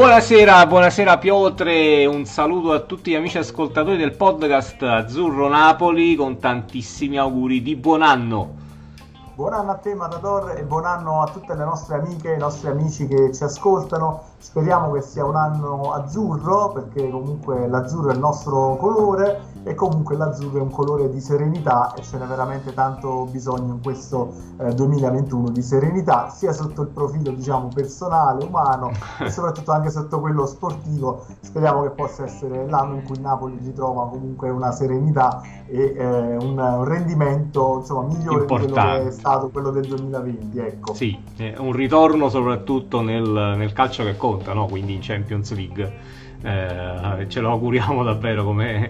Buonasera, buonasera Piotre, un saluto a tutti gli amici ascoltatori del podcast Azzurro Napoli con tantissimi auguri di buon anno. Buon anno a te Matador e buon anno a tutte le nostre amiche e i nostri amici che ci ascoltano. Speriamo che sia un anno azzurro, perché comunque l'azzurro è il nostro colore e comunque l'azzurro è un colore di serenità e ce n'è veramente tanto bisogno in questo 2021 di serenità, sia sotto il profilo diciamo personale, umano e soprattutto anche sotto quello sportivo. Speriamo che possa essere l'anno in cui il Napoli ritrova comunque una serenità e un rendimento insomma migliore importante di quello che è stato quello del 2020, ecco. Sì, un ritorno soprattutto nel calcio che conta, no? Quindi in Champions League. Ce lo auguriamo davvero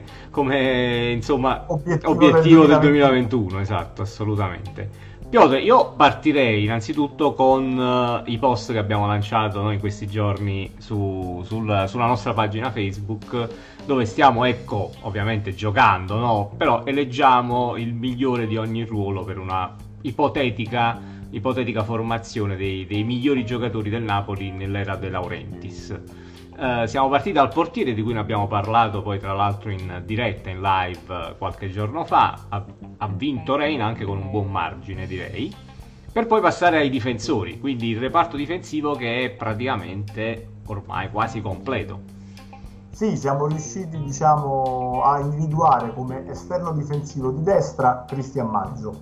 come insomma obiettivo del 2021, esatto, assolutamente. Piotr, io partirei innanzitutto con i post che abbiamo lanciato noi in questi giorni sulla nostra pagina Facebook, dove stiamo, ecco, ovviamente giocando, no? Però eleggiamo il migliore di ogni ruolo per una ipotetica formazione dei migliori giocatori del Napoli nell'era De Laurentiis. Siamo partiti dal portiere, di cui ne abbiamo parlato poi tra l'altro in diretta, in live qualche giorno fa. Ha vinto Reina anche con un buon margine, direi, per poi passare ai difensori, quindi il reparto difensivo che è praticamente ormai quasi completo. Sì, siamo riusciti diciamo a individuare come esterno difensivo di destra Cristian Maggio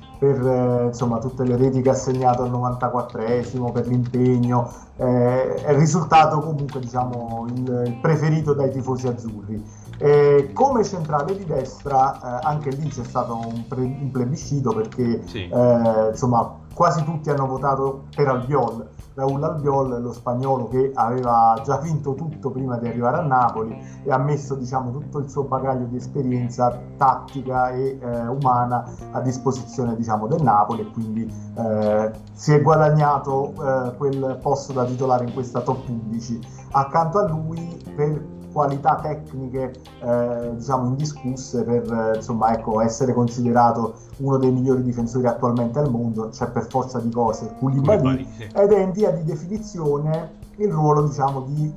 per insomma tutte le reti che ha segnato al 94esimo, per l'impegno, è risultato comunque diciamo il preferito dai tifosi azzurri. Come centrale di destra anche lì c'è stato un plebiscito, perché sì. Insomma quasi tutti hanno votato per Albiol. Raúl Albiol, lo spagnolo che aveva già vinto tutto prima di arrivare a Napoli e ha messo diciamo tutto il suo bagaglio di esperienza tattica e umana a disposizione diciamo del Napoli, e quindi si è guadagnato quel posto da titolare in questa top 11. Accanto a lui, per qualità tecniche diciamo indiscusse, per insomma ecco essere considerato uno dei migliori difensori attualmente al mondo, c'è per forza di cose Koulibaly, sì. Ed è in via di definizione il ruolo diciamo di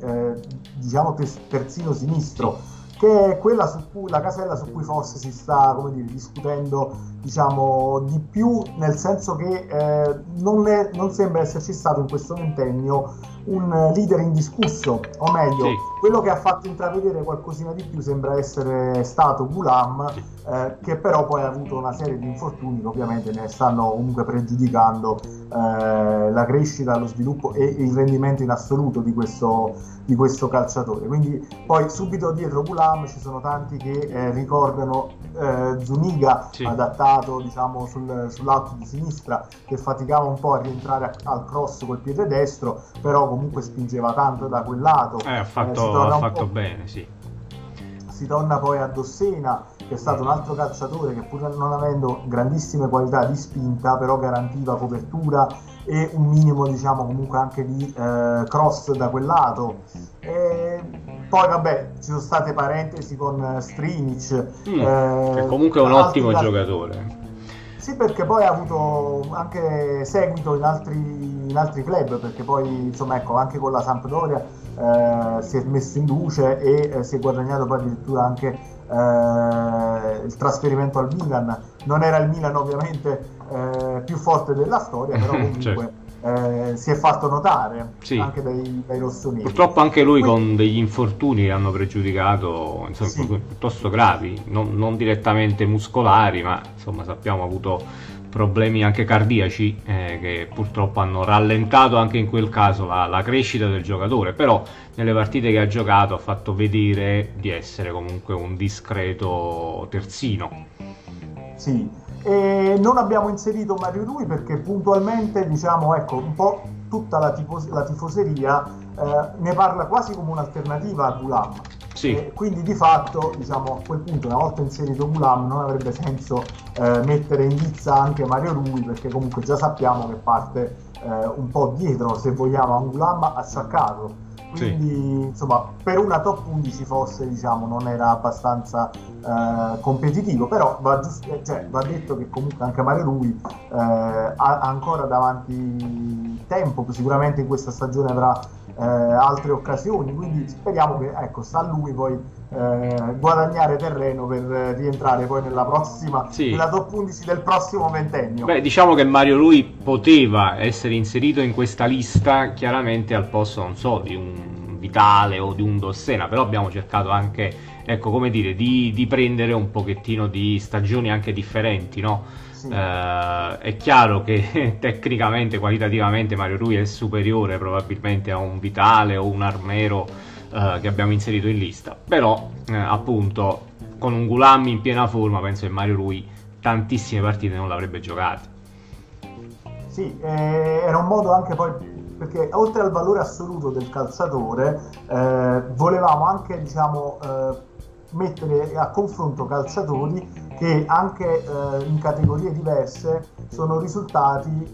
terzino sinistro, che è quella su cui la casella su cui forse si sta come dire discutendo diciamo di più, nel senso che non sembra esserci stato in questo ventennio un leader indiscusso, o meglio sì. Quello che ha fatto intravedere qualcosina di più sembra essere stato Ghoulam, sì. Che però poi ha avuto una serie di infortuni che ovviamente ne stanno comunque pregiudicando la crescita, lo sviluppo e il rendimento in assoluto di questo calciatore. Quindi poi subito dietro Ghoulam ci sono tanti che ricordano Zuniga, sì. Adattato diciamo sull'alto di sinistra, che faticava un po' a rientrare al cross col piede destro, però comunque spingeva tanto da quel lato. Ha fatto bene, sì. Si torna poi a Dossena, che è stato un altro calciatore che, pur non avendo grandissime qualità di spinta, però garantiva copertura e un minimo diciamo comunque anche di cross da quel lato. Poi vabbè, ci sono state parentesi con Strinic, che comunque è un ottimo giocatore. Sì, perché poi ha avuto anche seguito in altri club, perché poi insomma ecco anche con la Sampdoria si è messo in luce e si è guadagnato poi addirittura anche il trasferimento al Milan. Non era il Milan ovviamente più forte della storia, però comunque certo. Si è fatto notare, sì. Anche dai rossoneri. Purtroppo anche lui con degli infortuni che hanno pregiudicato, insomma, sì. Piuttosto gravi, non direttamente muscolari, ma insomma sappiamo ha avuto problemi anche cardiaci che purtroppo hanno rallentato anche in quel caso la crescita del giocatore, però nelle partite che ha giocato ha fatto vedere di essere comunque un discreto terzino. Sì. E non abbiamo inserito Mario Rui perché puntualmente diciamo ecco un po' tutta la tifoseria ne parla quasi come un'alternativa a Ghoulam. Sì. Quindi di fatto diciamo a quel punto, una volta inserito Ghoulam, non avrebbe senso mettere in lizza anche Mario Rui, perché comunque già sappiamo che parte un po' dietro, se vogliamo, a un Ghoulam acciaccato. Quindi sì. Insomma per una top 11 forse diciamo non era abbastanza competitivo, però va detto che comunque anche Mario Rui ha ancora davanti tempo, sicuramente in questa stagione avrà altre occasioni, quindi speriamo che, ecco, sta a lui poi guadagnare terreno per rientrare poi nella prossima, nella top 11 del prossimo ventennio. Beh, diciamo che Mario Rui poteva essere inserito in questa lista chiaramente al posto, non so, di un Vitale o di un Dossena, però abbiamo cercato anche, ecco, come dire, di prendere un pochettino di stagioni anche differenti, no? Sì. È chiaro che tecnicamente, qualitativamente Mario Rui è superiore probabilmente a un Vitale o un Armero che abbiamo inserito in lista, però appunto con un Gulam in piena forma penso che Mario Rui tantissime partite non l'avrebbe giocate. Sì, era un modo anche poi, perché oltre al valore assoluto del calciatore volevamo anche, diciamo, mettere a confronto calciatori che anche in categorie diverse sono risultati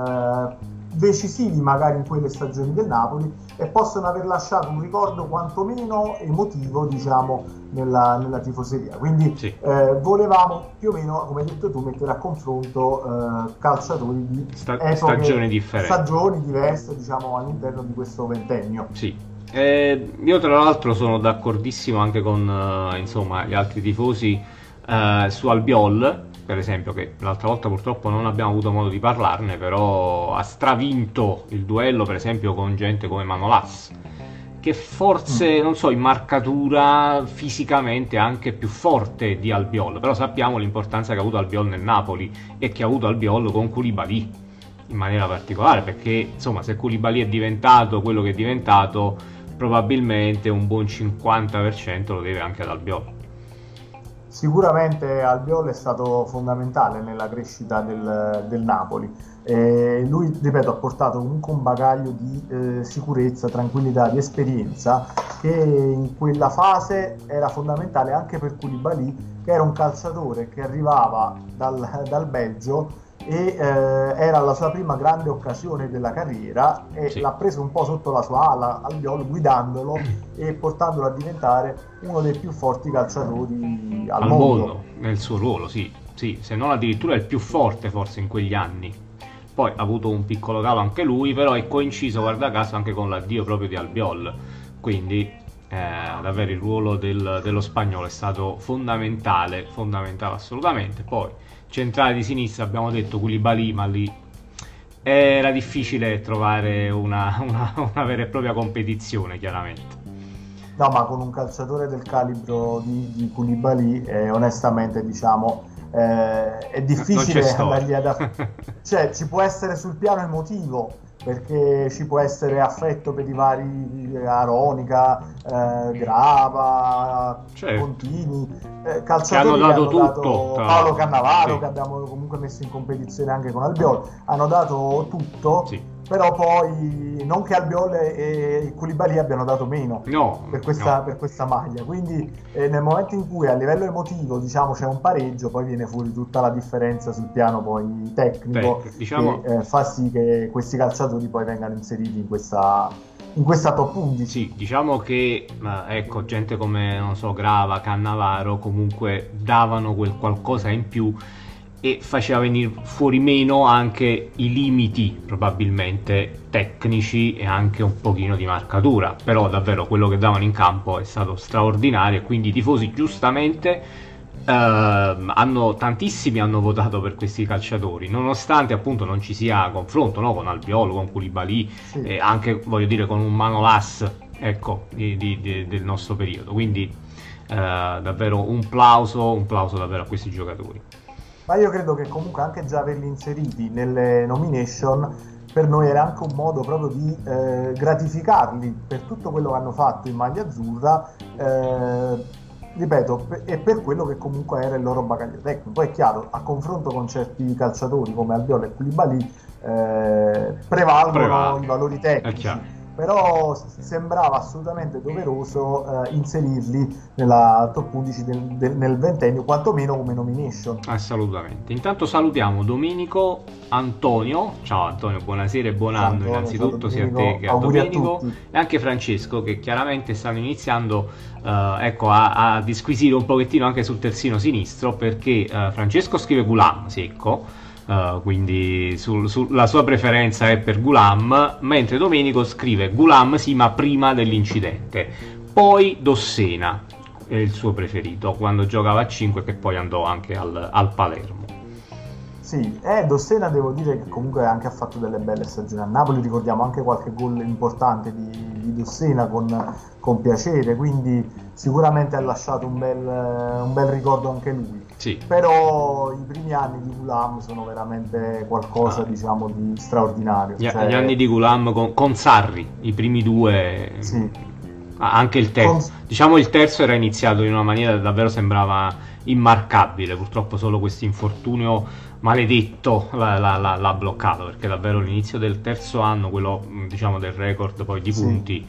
decisivi magari in quelle stagioni del Napoli e possono aver lasciato un ricordo quantomeno emotivo, diciamo, nella tifoseria. Quindi sì, volevamo più o meno, come hai detto tu, mettere a confronto calciatori di stagioni differenti, stagioni diverse, diciamo, all'interno di questo ventennio. Sì. Io tra l'altro sono d'accordissimo anche con insomma gli altri tifosi su Albiol, per esempio, che l'altra volta purtroppo non abbiamo avuto modo di parlarne, però ha stravinto il duello per esempio con gente come Manolas, che forse, non so, in marcatura fisicamente è anche più forte di Albiol, però sappiamo l'importanza che ha avuto Albiol nel Napoli e che ha avuto Albiol con Koulibaly in maniera particolare, perché insomma se Koulibaly è diventato quello che è diventato, probabilmente un buon 50% lo deve anche ad Albiol. Sicuramente Albiol è stato fondamentale nella crescita del Napoli. Lui, ripeto, ha portato comunque un bagaglio di sicurezza, tranquillità, di esperienza che in quella fase era fondamentale anche per Koulibaly, che era un calciatore che arrivava dal Belgio e era la sua prima grande occasione della carriera e sì, l'ha preso un po' sotto la sua ala Albiol, guidandolo e portandolo a diventare uno dei più forti calciatori al mondo nel suo ruolo, sì, sì, se non addirittura il più forte forse in quegli anni. Poi ha avuto un piccolo calo anche lui, però è coinciso, guarda caso, anche con l'addio proprio di Albiol, quindi davvero il ruolo dello spagnolo è stato fondamentale assolutamente. Poi centrale di sinistra abbiamo detto Koulibaly, ma lì era difficile trovare una vera e propria competizione, chiaramente. No, ma con un calciatore del calibro di Koulibaly onestamente, diciamo, è difficile andargli cioè ci può essere sul piano emotivo, perché ci può essere affetto per i vari Aronica, Grava, certo, Contini, calciatori che hanno dato Paolo Cannavaro, sì, che abbiamo comunque messo in competizione anche con Albiol, hanno dato tutto, sì, però poi non che Albiol e Koulibaly abbiano dato meno per questa maglia, quindi nel momento in cui a livello emotivo, diciamo, c'è un pareggio, poi viene fuori tutta la differenza sul piano poi tecnico, diciamo, che fa sì che questi calciatori poi vengano inseriti in questa top 11. Sì, diciamo che ecco, gente come, non so, Grava, Cannavaro comunque davano quel qualcosa in più e faceva venire fuori meno anche i limiti probabilmente tecnici e anche un pochino di marcatura, però davvero quello che davano in campo è stato straordinario e quindi i tifosi giustamente tantissimi hanno votato per questi calciatori, nonostante appunto non ci sia confronto, no, con Albiol, con Koulibaly, sì, anche, voglio dire, con un Manolas, ecco, del nostro periodo, quindi davvero un plauso davvero a questi giocatori. Ma io credo che comunque anche già averli inseriti nelle nomination per noi era anche un modo proprio di gratificarli per tutto quello che hanno fatto in maglia azzurra, ripeto, e per quello che comunque era il loro bagaglio tecnico. Poi è chiaro, a confronto con certi calciatori come Albiol e Koulibaly prevalgono i valori tecnici, però sembrava assolutamente doveroso inserirli nella top 11 nel ventennio, quantomeno come nomination. Assolutamente. Intanto salutiamo Domenico Antonio. Ciao Antonio, buonasera e buon anno innanzitutto sia a te che a Domenico, e anche Francesco, che chiaramente stanno iniziando ecco, a disquisire un pochettino anche sul terzino sinistro, perché Francesco scrive Gulam secco, quindi la sua preferenza è per Gulam, mentre Domenico scrive Gulam sì, ma prima dell'incidente, poi Dossena è il suo preferito quando giocava a 5, che poi andò anche al Palermo. Sì, Dossena devo dire che comunque anche ha fatto delle belle stagioni a Napoli, ricordiamo anche qualche gol importante di Dossena con piacere, quindi sicuramente ha lasciato un bel ricordo anche lui. Sì. Però i primi anni di Gulam sono veramente qualcosa diciamo di straordinario. Gli anni di Gulam con Sarri, i primi due, sì. Anche il terzo. Diciamo il terzo era iniziato in una maniera che davvero sembrava immarcabile, purtroppo solo questo infortunio maledetto l'ha bloccato, perché davvero l'inizio del terzo anno, quello diciamo del record poi di punti,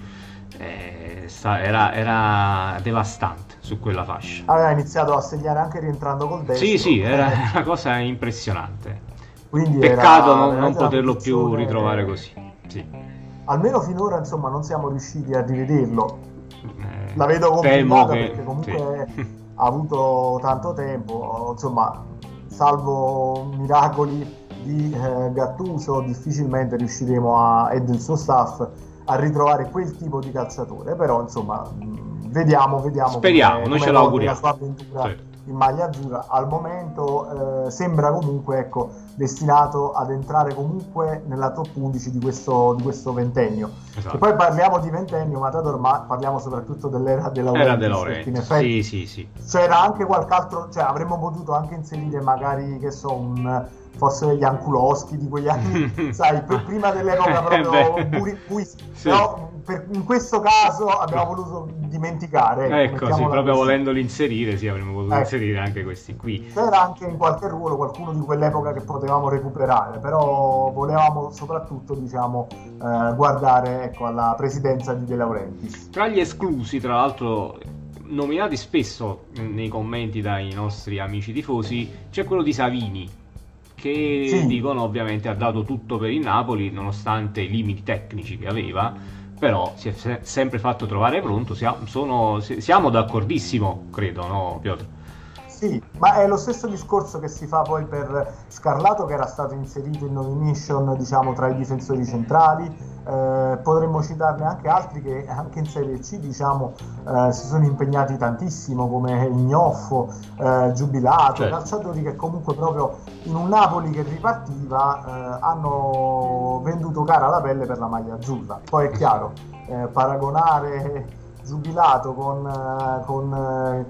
era devastante su quella fascia. Aveva iniziato a segnare anche rientrando col destro. Sì, era una cosa impressionante. Quindi peccato non poterlo più ritrovare così. Sì. Almeno finora insomma non siamo riusciti a rivederlo. La vedo complicata perché comunque ha avuto tanto tempo, insomma, salvo miracoli di Gattuso difficilmente riusciremo e del suo staff a ritrovare quel tipo di calciatore, però insomma vediamo speriamo, noi ce l'auguriamo, la sua avventura in maglia azzurra. Al momento sembra comunque, ecco, destinato ad entrare comunque nella top 11 di questo ventennio. Esatto. E poi parliamo di ventennio, Matador, ma parliamo soprattutto dell'era De Laurentiis. In effetti sì. C'era anche qualche altro, cioè avremmo potuto anche inserire magari, che so, forse degli Ankulowski di quegli anni, sai, prima dell'epoca proprio sì. Però in questo caso abbiamo voluto dimenticare. Ecco, sì, proprio volendoli inserire, sì, avremmo potuto inserire anche questi qui. C'era anche in qualche ruolo qualcuno di quell'epoca che potevamo recuperare, però volevamo soprattutto, diciamo, guardare, ecco, alla presidenza di De Laurentiis. Tra gli esclusi, tra l'altro, nominati spesso nei commenti dai nostri amici tifosi, c'è quello di Savini, che dicono ovviamente ha dato tutto per il Napoli nonostante i limiti tecnici che aveva, però si è sempre fatto trovare pronto. Siamo d'accordissimo, credo, no Piotr? Sì, ma è lo stesso discorso che si fa poi per Scarlato, che era stato inserito in nomination, diciamo, tra i difensori centrali. Potremmo citarne anche altri che anche in Serie C, diciamo, si sono impegnati tantissimo, come Ignoffo, Giubilato, calciatori che comunque proprio in un Napoli che ripartiva hanno venduto cara la pelle per la maglia azzurra. Poi è chiaro, paragonare Giubilato con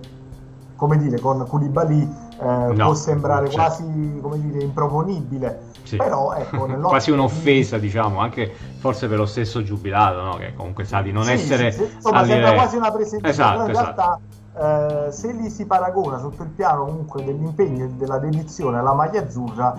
Koulibaly può sembrare quasi, come dire, improponibile. Sì. Però ecco, quasi un'offesa, diciamo, anche forse per lo stesso Giubilato, no? Che comunque sa di non essere insomma, sembra quasi una presenza. Esatto, in realtà se li si paragona sotto il piano comunque dell'impegno e della dedizione alla maglia azzurra,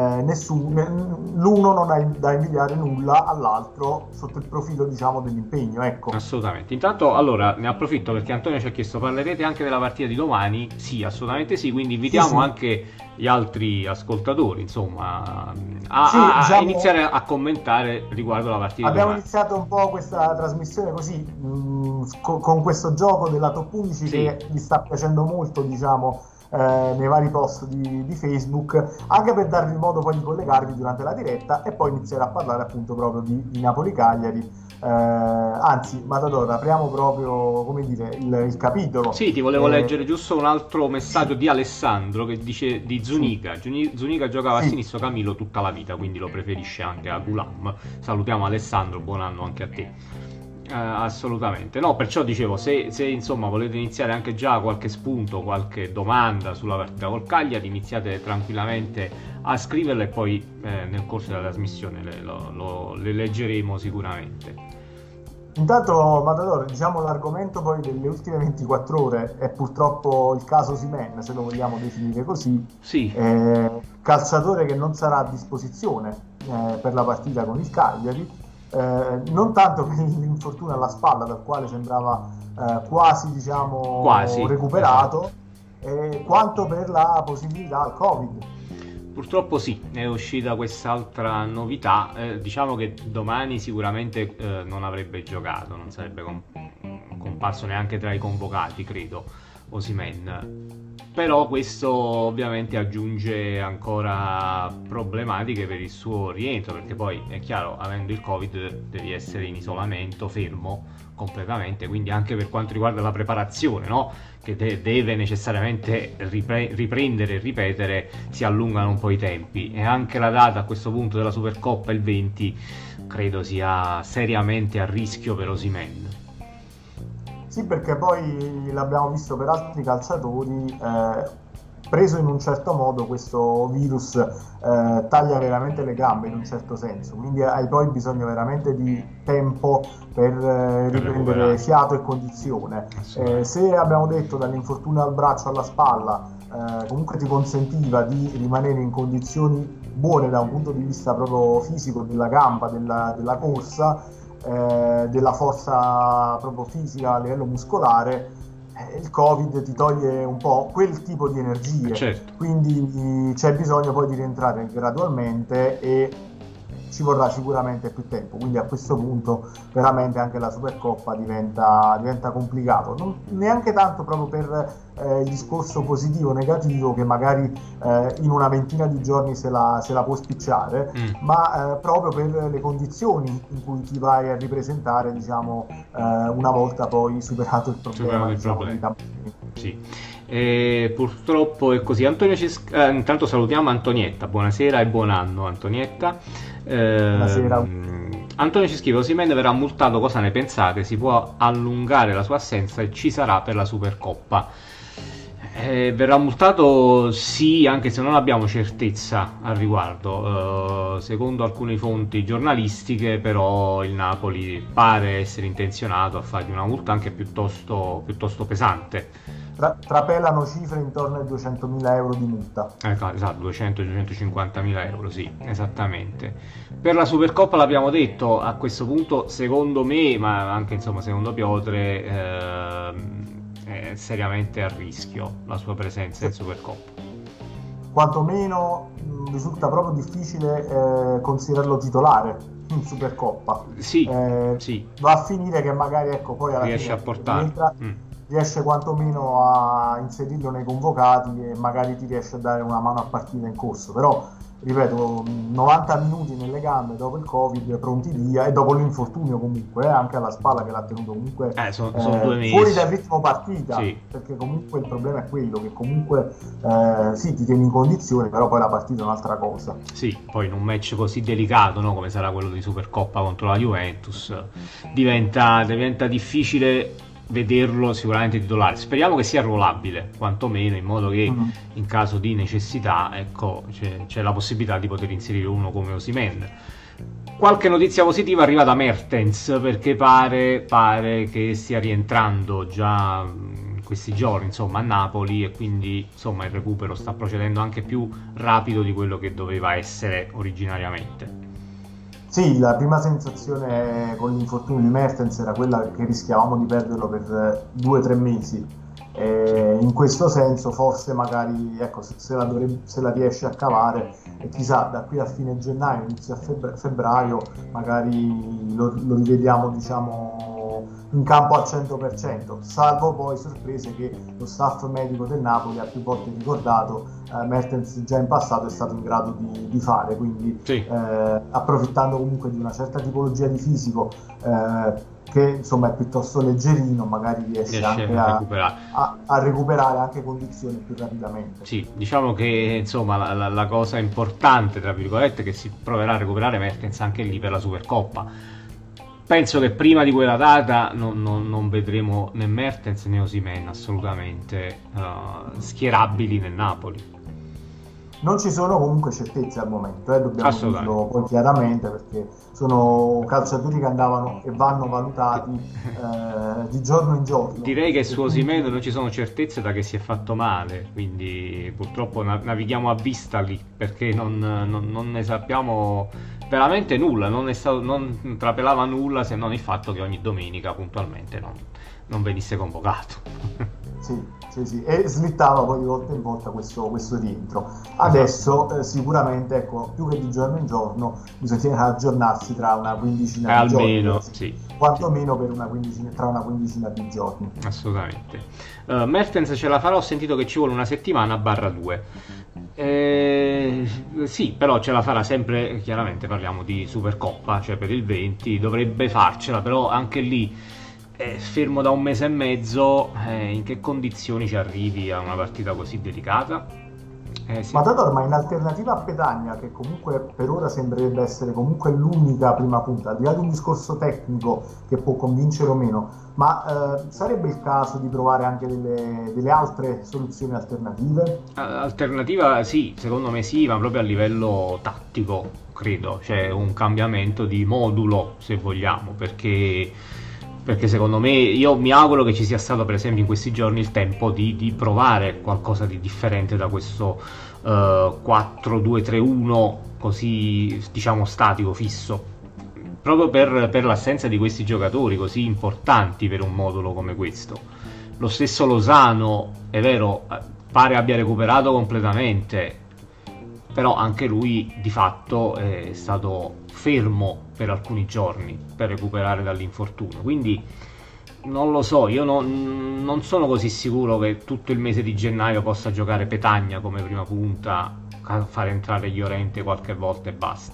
l'uno non ha da invidiare nulla all'altro sotto il profilo, diciamo, dell'impegno, ecco. Assolutamente. Intanto, allora, ne approfitto perché Antonio ci ha chiesto: parlerete anche della partita di domani? Sì, assolutamente sì, quindi invitiamo anche gli altri ascoltatori, insomma, a iniziare a commentare riguardo la partita. Abbiamo iniziato un po' questa trasmissione così, con questo gioco della top 11 che gli sta piacendo molto, diciamo, nei vari post di Facebook, anche per darvi modo poi di collegarvi durante la diretta e poi iniziare a parlare appunto proprio di Napoli-Cagliari. Anzi, Matador, apriamo proprio, come dire, il capitolo. Sì, ti volevo leggere giusto un altro messaggio di Alessandro che dice di Zuniga. Zuniga giocava a sinistro Camillo tutta la vita, quindi lo preferisce anche a Gulam. Salutiamo Alessandro, buon anno anche a te. Assolutamente, no, perciò dicevo, se insomma volete iniziare anche già qualche spunto, qualche domanda sulla partita col Cagliari, iniziate tranquillamente a scriverle e poi nel corso della trasmissione le leggeremo sicuramente. Intanto, Matador, diciamo, l'argomento poi delle ultime 24 ore è purtroppo il caso Osimhen, se lo vogliamo definire così. Sì. Calciatore che non sarà a disposizione per la partita con il Cagliari. Non tanto per l'infortunio alla spalla, dal quale sembrava quasi, diciamo, recuperato, quanto per la possibilità al Covid. Purtroppo sì, è uscita quest'altra novità. Diciamo che domani sicuramente non avrebbe giocato, non sarebbe comparso neanche tra i convocati, credo. Osimhen. Però questo ovviamente aggiunge ancora problematiche per il suo rientro, perché poi è chiaro, avendo il Covid devi essere in isolamento, fermo completamente, quindi anche per quanto riguarda la preparazione, no? Che deve necessariamente riprendere e ripetere, si allungano un po' i tempi, e anche la data a questo punto della Supercoppa, il 20, credo sia seriamente a rischio per Osimhen. Sì, perché poi l'abbiamo visto per altri calciatori, preso in un certo modo questo virus taglia veramente le gambe in un certo senso, quindi hai poi bisogno veramente di tempo per riprendere fiato e condizione. Se abbiamo detto dall'infortunio al braccio alla spalla, comunque ti consentiva di rimanere in condizioni buone da un punto di vista proprio fisico della gamba, della corsa, della forza proprio fisica a livello muscolare, il Covid ti toglie un po' quel tipo di energie, certo. Quindi c'è bisogno poi di rientrare gradualmente e ci vorrà sicuramente più tempo, quindi a questo punto veramente anche la Supercoppa diventa complicato, non neanche tanto proprio per il discorso positivo o negativo che magari in una ventina di giorni se la può spicciare, ma proprio per le condizioni in cui ti vai a ripresentare, diciamo, una volta poi superato il problema. Sì. Purtroppo è così. Intanto salutiamo Antonietta, buonasera e buon anno Antonietta. Buonasera. Antonio ci scrive: Osimhen verrà multato, cosa ne pensate? Si può allungare la sua assenza e ci sarà per la Supercoppa? Verrà multato sì, anche se non abbiamo certezza al riguardo. Secondo alcune fonti giornalistiche però il Napoli pare essere intenzionato a fargli una multa anche piuttosto pesante. Trapelano cifre intorno ai 200.000 euro di multa. Esatto, 200-250.000 euro, sì, esattamente. Per la Supercoppa l'abbiamo detto, a questo punto secondo me, ma anche insomma secondo Piotre, è seriamente a rischio la sua presenza in Supercoppa. Quantomeno risulta proprio difficile considerarlo titolare in Supercoppa. Sì, sì. Va a finire che magari, ecco, poi alla riesce fine a portare. Riesce quantomeno a inserirlo nei convocati e magari ti riesce a dare una mano a partita in corso, però ripeto, 90 minuti nelle gambe dopo il Covid, pronti via, e dopo l'infortunio comunque anche alla spalla che l'ha tenuto comunque sono 2 mesi fuori dal ritmo partita, sì. Perché comunque il problema è quello che comunque sì, ti tieni in condizione, però poi la partita è un'altra cosa. Sì, poi in un match così delicato, no, come sarà quello di Supercoppa contro la Juventus, diventa difficile vederlo sicuramente titolare. Speriamo che sia arruolabile, quantomeno, in modo che in caso di necessità, ecco, c'è la possibilità di poter inserire uno come Osimhen. Qualche notizia positiva arriva da Mertens, perché pare che stia rientrando già in questi giorni, insomma, a Napoli, e quindi insomma il recupero sta procedendo anche più rapido di quello che doveva essere originariamente. Sì, la prima sensazione con l'infortunio di Mertens era quella che rischiavamo di perderlo per 2-3 mesi. In questo senso forse magari, ecco, se la riesce a cavare, e chissà, da qui a fine gennaio, inizio a febbraio, magari lo rivediamo, diciamo, in campo al 100%, salvo poi sorprese che lo staff medico del Napoli ha più volte ricordato Mertens già in passato è stato in grado di fare, quindi sì. Approfittando comunque di una certa tipologia di fisico che insomma è piuttosto leggerino, magari riesce anche a recuperare anche condizioni più rapidamente. Sì, diciamo che insomma la cosa importante, tra virgolette, è che si proverà a recuperare Mertens anche lì per la Supercoppa. Penso che prima di quella data non vedremo né Mertens né Osimhen assolutamente schierabili nel Napoli. Non ci sono comunque certezze al momento, dobbiamo dirlo poi chiaramente, perché sono calciatori che andavano e vanno valutati di giorno in giorno. Direi che su Osimhen non ci sono certezze da che si è fatto male, quindi purtroppo navighiamo a vista lì, perché non ne sappiamo veramente nulla, non trapelava nulla, se non il fatto che ogni domenica puntualmente non venisse convocato. sì, e slittava poi di volta in volta questo rientro. Adesso sicuramente, ecco, più che di giorno in giorno bisognerà aggiornarsi tra una quindicina di almeno, giorni, sì, quantomeno per tra una quindicina di giorni. Assolutamente. Mertens ce la farà, ho sentito che ci vuole una settimana barra due. Sì, però ce la farà sempre, chiaramente parliamo di Supercoppa, cioè per il 20 dovrebbe farcela, però anche lì fermo da un mese e mezzo, in che condizioni ci arrivi a una partita così delicata? Sì. Matador, ma in alternativa a Petagna, che comunque per ora sembrerebbe essere comunque l'unica prima punta, al di là di un discorso tecnico che può convincere o meno, ma sarebbe il caso di provare anche delle altre soluzioni alternative? Alternativa sì, secondo me sì, ma proprio a livello tattico, credo, cioè un cambiamento di modulo, se vogliamo, perché secondo me, io mi auguro che ci sia stato per esempio in questi giorni il tempo di provare qualcosa di differente da questo 4-2-3-1 così, diciamo, statico, fisso, proprio per l'assenza di questi giocatori così importanti per un modulo come questo. Lo stesso Lozano, è vero, pare abbia recuperato completamente, però anche lui di fatto è stato fermo per alcuni giorni per recuperare dall'infortunio, quindi non lo so, io non sono così sicuro che tutto il mese di gennaio possa giocare Petagna come prima punta, fare entrare Llorente qualche volta e basta.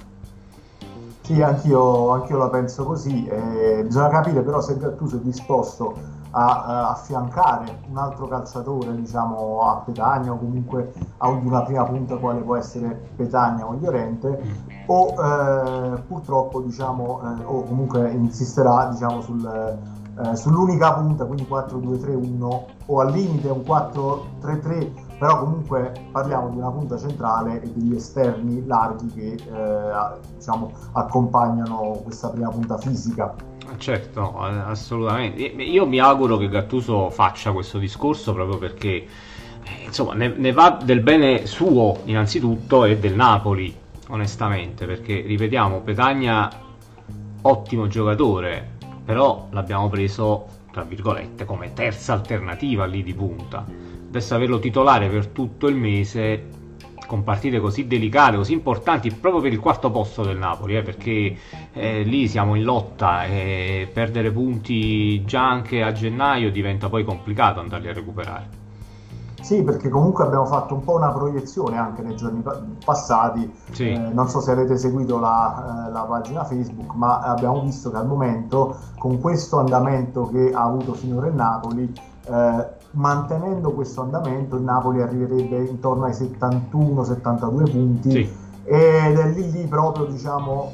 Sì, anch'io la penso così. Bisogna capire però se Gattuso è disposto a affiancare un altro calciatore, diciamo, a Petagna o comunque a una prima punta quale può essere Petagna o Llorente, o purtroppo, diciamo, o comunque insisterà, diciamo, sull'unica punta, quindi 4-2-3-1 o al limite un 4-3-3, però comunque parliamo di una punta centrale e degli esterni larghi che diciamo accompagnano questa prima punta fisica. Certo, assolutamente. Io mi auguro che Gattuso faccia questo discorso proprio perché insomma ne va del bene suo innanzitutto e del Napoli, onestamente, perché ripetiamo, Petagna ottimo giocatore, però l'abbiamo preso tra virgolette come terza alternativa lì di punta. Adesso averlo titolare per tutto il mese con partite così delicate, così importanti proprio per il quarto posto del Napoli, perché lì siamo in lotta e perdere punti già anche a gennaio diventa poi complicato andarli a recuperare. Sì, perché comunque abbiamo fatto un po' una proiezione anche nei giorni passati, sì. Non so se avete seguito la pagina Facebook, ma abbiamo visto che al momento, con questo andamento che ha avuto finora il Napoli, mantenendo questo andamento il Napoli arriverebbe intorno ai 71-72 punti, sì. Ed è lì proprio, diciamo,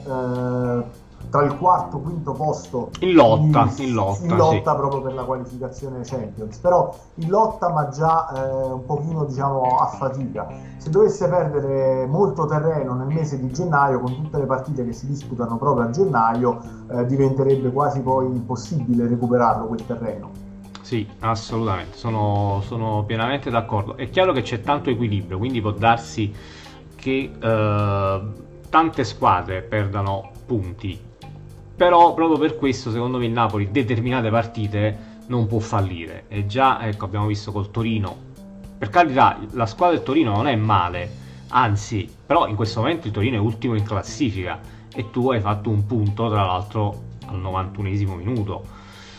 tra il quarto e quinto posto in lotta sì. Proprio per la qualificazione Champions, però in lotta ma già un pochino, diciamo, a fatica. Se dovesse perdere molto terreno nel mese di gennaio, con tutte le partite che si disputano proprio a gennaio, diventerebbe quasi poi impossibile recuperarlo quel terreno. Sì, assolutamente, sono pienamente d'accordo. È chiaro che c'è tanto equilibrio, quindi può darsi che tante squadre perdano punti, però proprio per questo secondo me il Napoli determinate partite non può fallire. E già, ecco, abbiamo visto col Torino, per carità la squadra del Torino non è male, anzi, però in questo momento il Torino è ultimo in classifica e tu hai fatto un punto, tra l'altro al 91esimo minuto.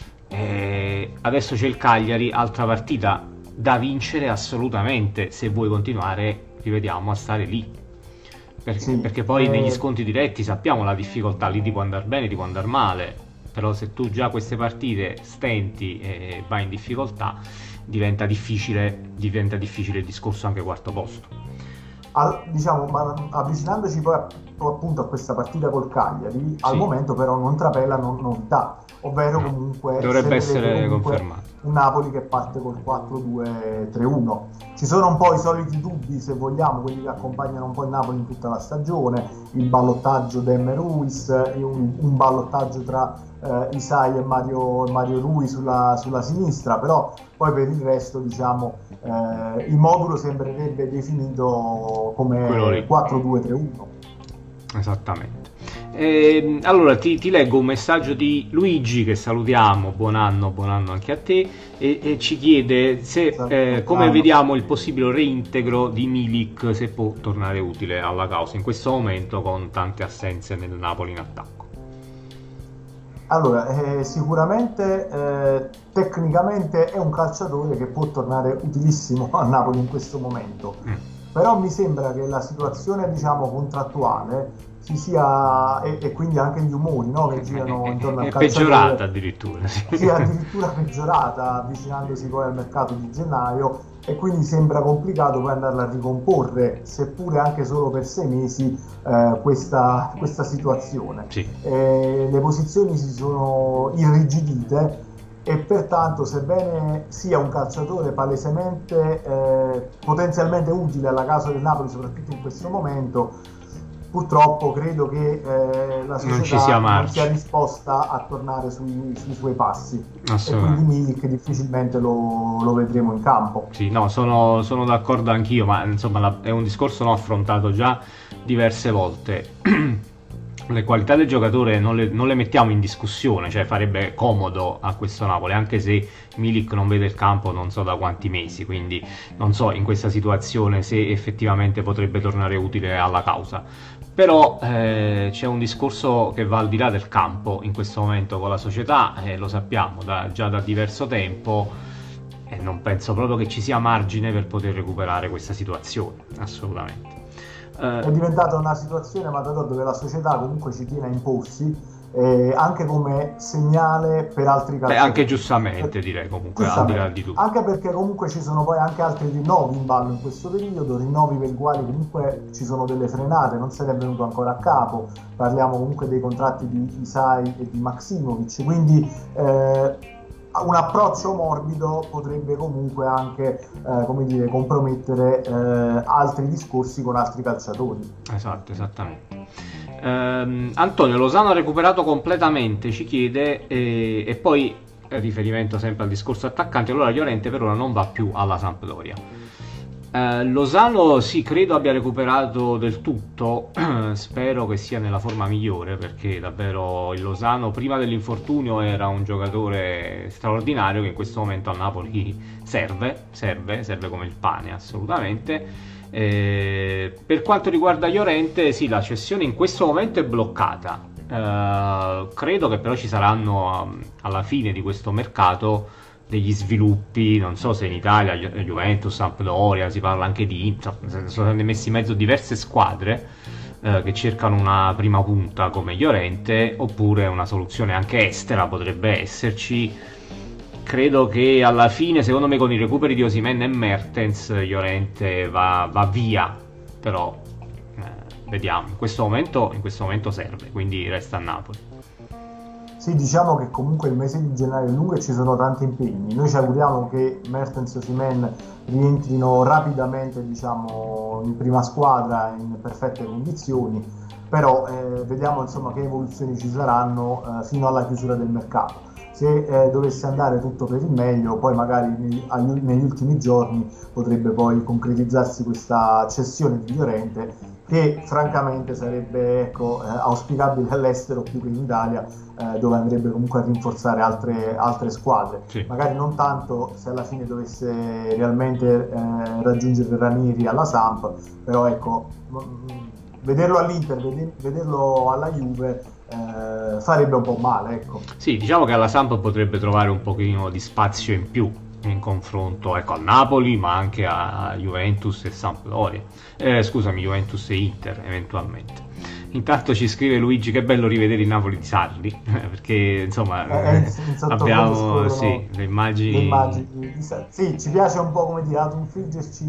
Adesso c'è il Cagliari, altra partita da vincere assolutamente se vuoi continuare, rivediamo, a stare lì, perché poi negli scontri diretti sappiamo la difficoltà, lì ti può andare bene, ti può andare male, però se tu già queste partite stenti e vai in difficoltà diventa difficile il discorso anche quarto posto. Diciamo, ma avvicinandoci poi appunto a questa partita col Cagliari, al momento però non trapelano novità, ovvero comunque dovrebbe essere confermato un Napoli che parte col 4-2-3-1. Ci sono un po' i soliti dubbi, se vogliamo, quelli che accompagnano un po' il Napoli in tutta la stagione, il ballottaggio Demmer Ruiz, un ballottaggio tra Isai e Mario Rui sulla sinistra, però poi per il resto, diciamo, il modulo sembrerebbe definito come 4-2-3-1. Esattamente. Allora ti leggo un messaggio di Luigi, che salutiamo, buon anno anche a te, e ci chiede se come vediamo il possibile reintegro di Milik, se può tornare utile alla causa in questo momento con tante assenze nel Napoli in attacco. Allora, sicuramente tecnicamente è un calciatore che può tornare utilissimo a Napoli in questo momento, però mi sembra che la situazione, diciamo, contrattuale ci sia, e quindi anche gli umori, no, che girano intorno al calciatore, è peggiorata addirittura, sia addirittura peggiorata, avvicinandosi poi al mercato di gennaio, e quindi sembra complicato poi andarla a ricomporre, seppure anche solo per 6 mesi, questa situazione. Sì. Le posizioni si sono irrigidite e pertanto, sebbene sia un calciatore palesemente potenzialmente utile alla causa del Napoli, soprattutto in questo momento, purtroppo credo che la società non sia disposta a tornare sui suoi passi, e quindi Milik difficilmente lo vedremo in campo. Sì, no, sono d'accordo anch'io, ma insomma è un discorso non affrontato già diverse volte. Le qualità del giocatore non le mettiamo in discussione, cioè farebbe comodo a questo Napoli, anche se Milik non vede il campo non so da quanti mesi, quindi non so in questa situazione se effettivamente potrebbe tornare utile alla causa. Però c'è un discorso che va al di là del campo in questo momento con la società, lo sappiamo già da diverso tempo, e non penso proprio che ci sia margine per poter recuperare questa situazione, assolutamente. È diventata una situazione, Matador, dove la società comunque ci tiene a imporsi, anche come segnale per altri calciatori. Anche giustamente, direi, comunque, al di là di tutto. Anche perché comunque ci sono poi anche altri rinnovi in ballo in questo periodo, rinnovi per i quali comunque ci sono delle frenate, non se ne è venuto ancora a capo. Parliamo comunque dei contratti di Isai e di Maksimovic, quindi un approccio morbido potrebbe comunque anche come dire, compromettere altri discorsi con altri calciatori. Esatto, esattamente. Antonio, Lozano ha recuperato completamente, ci chiede, e poi riferimento sempre al discorso attaccante, allora Llorente per ora non va più alla Sampdoria. Lozano sì, credo abbia recuperato del tutto, spero che sia nella forma migliore, perché davvero il Lozano prima dell'infortunio era un giocatore straordinario che in questo momento a Napoli serve come il pane, assolutamente. Per quanto riguarda Llorente, sì, la cessione in questo momento è bloccata, credo che però ci saranno alla fine di questo mercato degli sviluppi, non so se in Italia, Juventus, Sampdoria, si parla anche di Inter, sono state messe in mezzo diverse squadre che cercano una prima punta come Llorente, oppure una soluzione anche estera potrebbe esserci. Credo che alla fine, secondo me, con i recuperi di Osimhen e Mertens, Llorente va via, però vediamo, in questo momento serve, quindi resta a Napoli. Sì, diciamo che comunque il mese di gennaio è lungo e ci sono tanti impegni. Noi ci auguriamo che Mertens e Osimhen rientrino rapidamente, diciamo, in prima squadra in perfette condizioni, però vediamo insomma che evoluzioni ci saranno fino alla chiusura del mercato. Se dovesse andare tutto per il meglio, poi magari negli ultimi giorni potrebbe poi concretizzarsi questa cessione di Llorente, che francamente sarebbe auspicabile all'estero più che in Italia, dove andrebbe comunque a rinforzare altre squadre. Sì. Magari non tanto se alla fine dovesse realmente raggiungere Ranieri alla Samp, però ecco, vederlo all'Inter, vederlo alla Juve farebbe un po' male, ecco. Sì, diciamo che alla Samp potrebbe trovare un pochino di spazio in più in confronto, ecco, a Napoli, ma anche a Juventus e Sampdoria, scusami, Juventus e Inter eventualmente. Intanto ci scrive Luigi: che bello rivedere il Napoli di Sarri, perché insomma abbiamo sì, le immagini sì, ci piace un po', come dire, ad infliggerci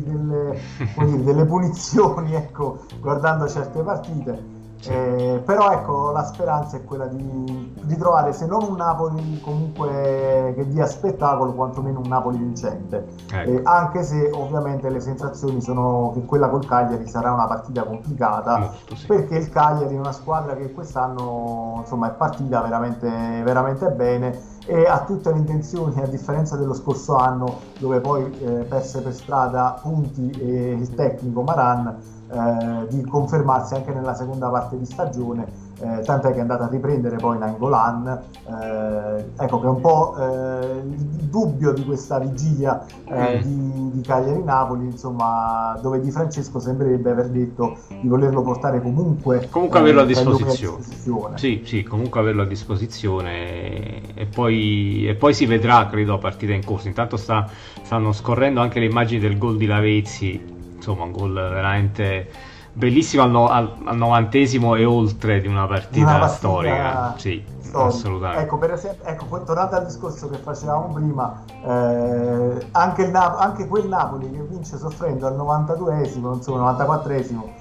delle punizioni, ecco, guardando certe partite. Sì. Però ecco, la speranza è quella di trovare, se non un Napoli comunque che dia spettacolo, quantomeno un Napoli vincente, ecco. Anche se ovviamente le sensazioni sono che quella col Cagliari sarà una partita complicata, molto, sì. Perché il Cagliari è una squadra che quest'anno insomma è partita veramente, veramente bene e ha tutte le intenzioni, a differenza dello scorso anno dove poi perse per strada punti e il tecnico Maran, di confermarsi anche nella seconda parte parte di stagione, tant'è che è andata a riprendere poi Nainggolan, ecco che è un po' il dubbio di questa vigilia di Cagliari-Napoli, insomma, dove Di Francesco sembrerebbe aver detto di volerlo portare comunque averlo a disposizione. Sì, comunque averlo a disposizione, e poi si vedrà, credo, a partita in corso. Intanto stanno scorrendo anche le immagini del gol di Lavezzi, insomma un gol veramente bellissimo al 90esimo e oltre di una partita storica. Sì, assolutamente. Ecco, per esempio, tornando al discorso che facevamo prima, anche quel Napoli che vince soffrendo al 92esimo, insomma 94esimo,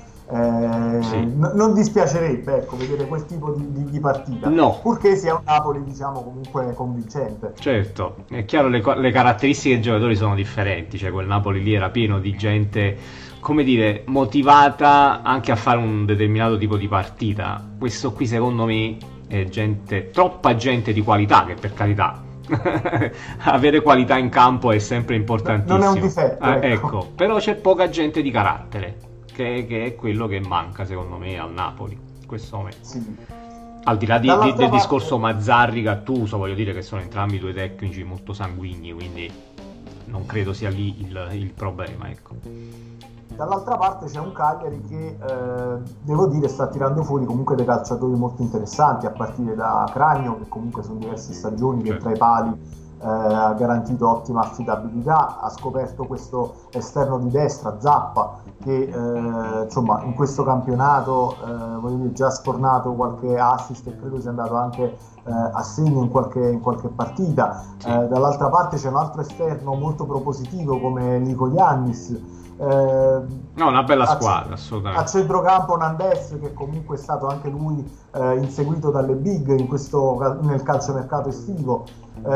non dispiacerebbe, ecco, vedere quel tipo di partita, purché sia un Napoli, diciamo, comunque convincente. Certo, è chiaro, le caratteristiche dei giocatori sono differenti, cioè quel Napoli lì era pieno di gente, come dire, motivata anche a fare un determinato tipo di partita. Questo qui secondo me è troppa gente di qualità, che per carità avere qualità in campo è sempre importantissimo, non è un difetto, ecco, però c'è poca gente di carattere, che è quello che manca secondo me al Napoli in questo momento. Sì. Al di là del discorso Mazzarri, Gattuso, voglio dire che sono entrambi due tecnici molto sanguigni, quindi non credo sia lì il problema, ecco. Dall'altra parte c'è un Cagliari che, devo dire, sta tirando fuori comunque dei calciatori molto interessanti, a partire da Cragno, che comunque sono diverse stagioni che tra i pali ha garantito ottima affidabilità, ha scoperto questo esterno di destra, Zappa, che insomma in questo campionato voglio dire, già ha sfornato qualche assist e credo sia andato anche a segno in qualche partita. Dall'altra parte c'è un altro esterno molto propositivo come Nico Iannis. Una bella squadra, assolutamente. A centrocampo Nandes, che comunque è stato anche lui inseguito dalle big nel calciomercato estivo.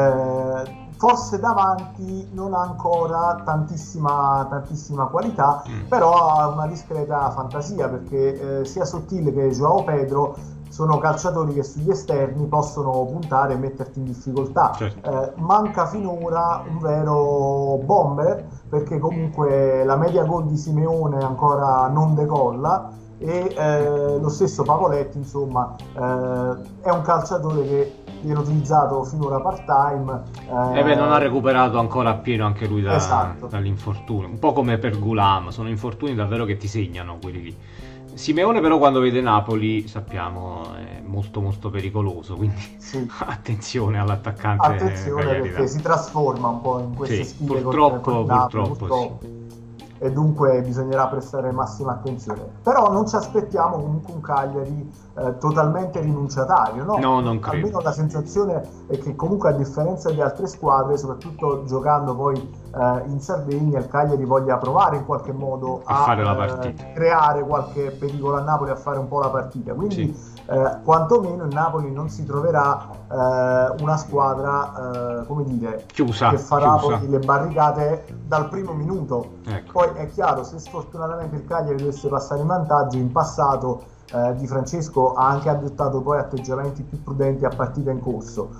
Forse davanti non ha ancora tantissima qualità, però ha una discreta fantasia, perché sia Sottile che João Pedro sono calciatori che sugli esterni possono puntare e metterti in difficoltà. Manca finora un vero bomber, perché comunque la media gol di Simeone ancora non decolla, e lo stesso Pavoletti, insomma, è un calciatore che viene utilizzato finora part time, non ha recuperato ancora appieno anche lui dall'infortunio, un po' come per Gulam. Sono infortuni davvero che ti segnano quelli lì. Simeone però quando vede Napoli, sappiamo, è molto molto pericoloso, quindi attenzione all'attaccante. Attenzione, perché si trasforma un po' in queste sfide purtroppo. Sì. E dunque bisognerà prestare massima attenzione. Però non ci aspettiamo comunque un Cagliari totalmente rinunciatario, no? No, non credo. Almeno la sensazione è che comunque, a differenza di altre squadre, soprattutto giocando poi in Sardegna, il Cagliari voglia provare in qualche modo a fare la partita, creare qualche pericolo a Napoli, a fare un po' la partita. Quindi quantomeno il Napoli non si troverà una squadra come dire, chiusa, che farà poi le barricate dal primo minuto. Poi è chiaro, se sfortunatamente il Cagliari dovesse passare in vantaggio, in passato Di Francesco ha anche adottato poi atteggiamenti più prudenti a partita in corso.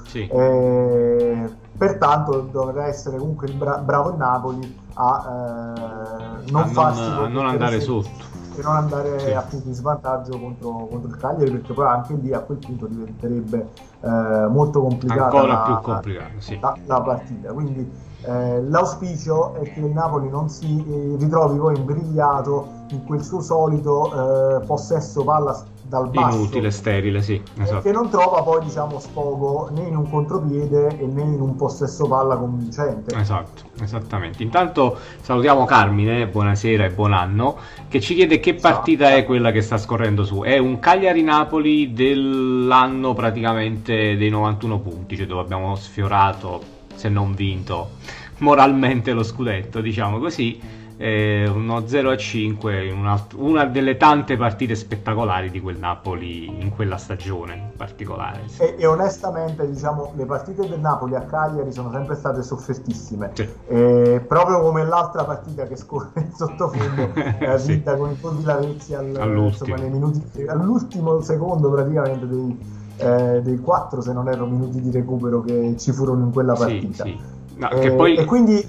Pertanto dovrà essere comunque bravo il Napoli a non andare sotto e non andare appunto in svantaggio contro il Cagliari, perché poi anche lì a quel punto diventerebbe molto complicata, ancora più complicata la partita. Quindi l'auspicio è che il Napoli non si ritrovi poi imbrigliato in quel suo solito possesso palla dal basso, inutile, sterile, che non trova poi, diciamo, sfogo né in un contropiede e né in un possesso palla convincente. Esattamente. Intanto salutiamo Carmine, buonasera e buon anno, che ci chiede che partita è quella che sta scorrendo su. È un Cagliari-Napoli dell'anno praticamente dei 91 punti, cioè dove abbiamo sfiorato, se non vinto, moralmente lo scudetto, diciamo così. Uno 0-5, una delle tante partite spettacolari di quel Napoli in quella stagione in particolare. E onestamente, diciamo, le partite del Napoli a Cagliari sono sempre state soffertissime, proprio come l'altra partita che scorre in sottofondo, vinta con il gol di Lavezzi all'ultimo secondo praticamente dei 4, se non erro, minuti di recupero che ci furono in quella partita. No, che poi... E quindi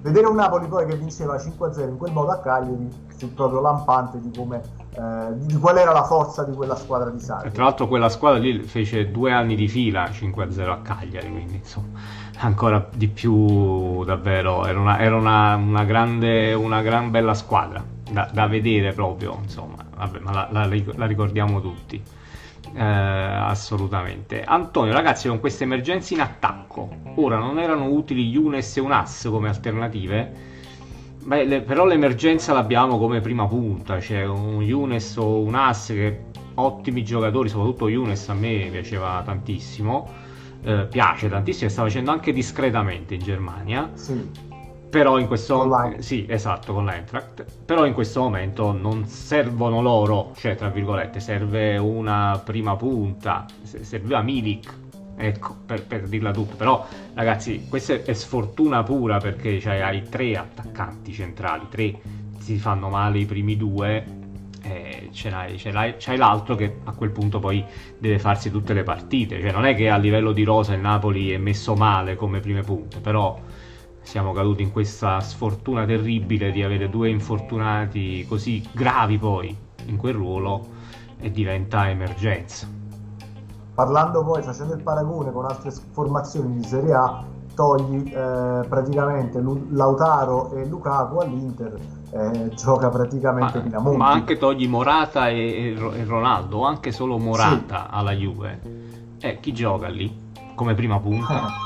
vedere un Napoli poi che vinceva 5-0 in quel modo a Cagliari fu proprio lampante di come di qual era la forza di quella squadra di Sarri. E tra l'altro quella squadra lì fece 2 anni di fila 5-0 a Cagliari, quindi insomma ancora di più davvero, era una gran bella squadra da vedere proprio, insomma, vabbè, ma la ricordiamo tutti. Assolutamente. Antonio, ragazzi, con queste emergenze in attacco ora non erano utili Younes e Unas come alternative? Beh, però l'emergenza l'abbiamo come prima punta, cioè un Younes o un Unas che ottimi giocatori, soprattutto Younes a me piaceva tantissimo, piace tantissimo e sta facendo anche discretamente in Germania. Sì. Però in questo sì, esatto, con l'Eintracht. Però in questo momento non servono loro, cioè tra virgolette, serve una prima punta, serviva Milik, ecco, per dirla tutta. Però ragazzi, questa è sfortuna pura, perché cioè, hai 3 attaccanti centrali, 3 si fanno male i primi 2, c'hai l'altro che a quel punto poi deve farsi tutte le partite. Cioè non è che a livello di rosa il Napoli è messo male come prime punte, però siamo caduti in questa sfortuna terribile di avere 2 infortunati così gravi poi in quel ruolo, e diventa emergenza. Parlando poi, facendo il paragone con altre formazioni di Serie A, togli praticamente Lautaro e Lukaku all'Inter, gioca praticamente Pinamonti. Ma anche togli Morata e Ronaldo, o anche solo Morata, sì, alla Juve, chi gioca lì come prima punta?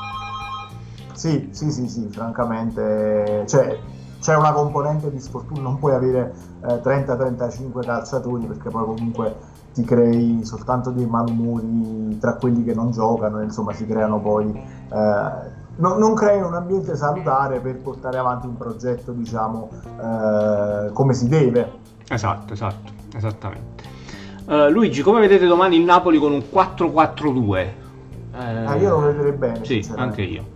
Sì, francamente, cioè, c'è una componente di sfortuna, non puoi avere 30-35 calciatori, perché poi comunque ti crei soltanto dei malumori tra quelli che non giocano, e insomma si creano poi, non crei un ambiente salutare per portare avanti un progetto, diciamo, come si deve. Esatto, esattamente. Luigi, come vedete domani il Napoli con un 4-4-2? Io lo vedrei bene. Sì, anche io.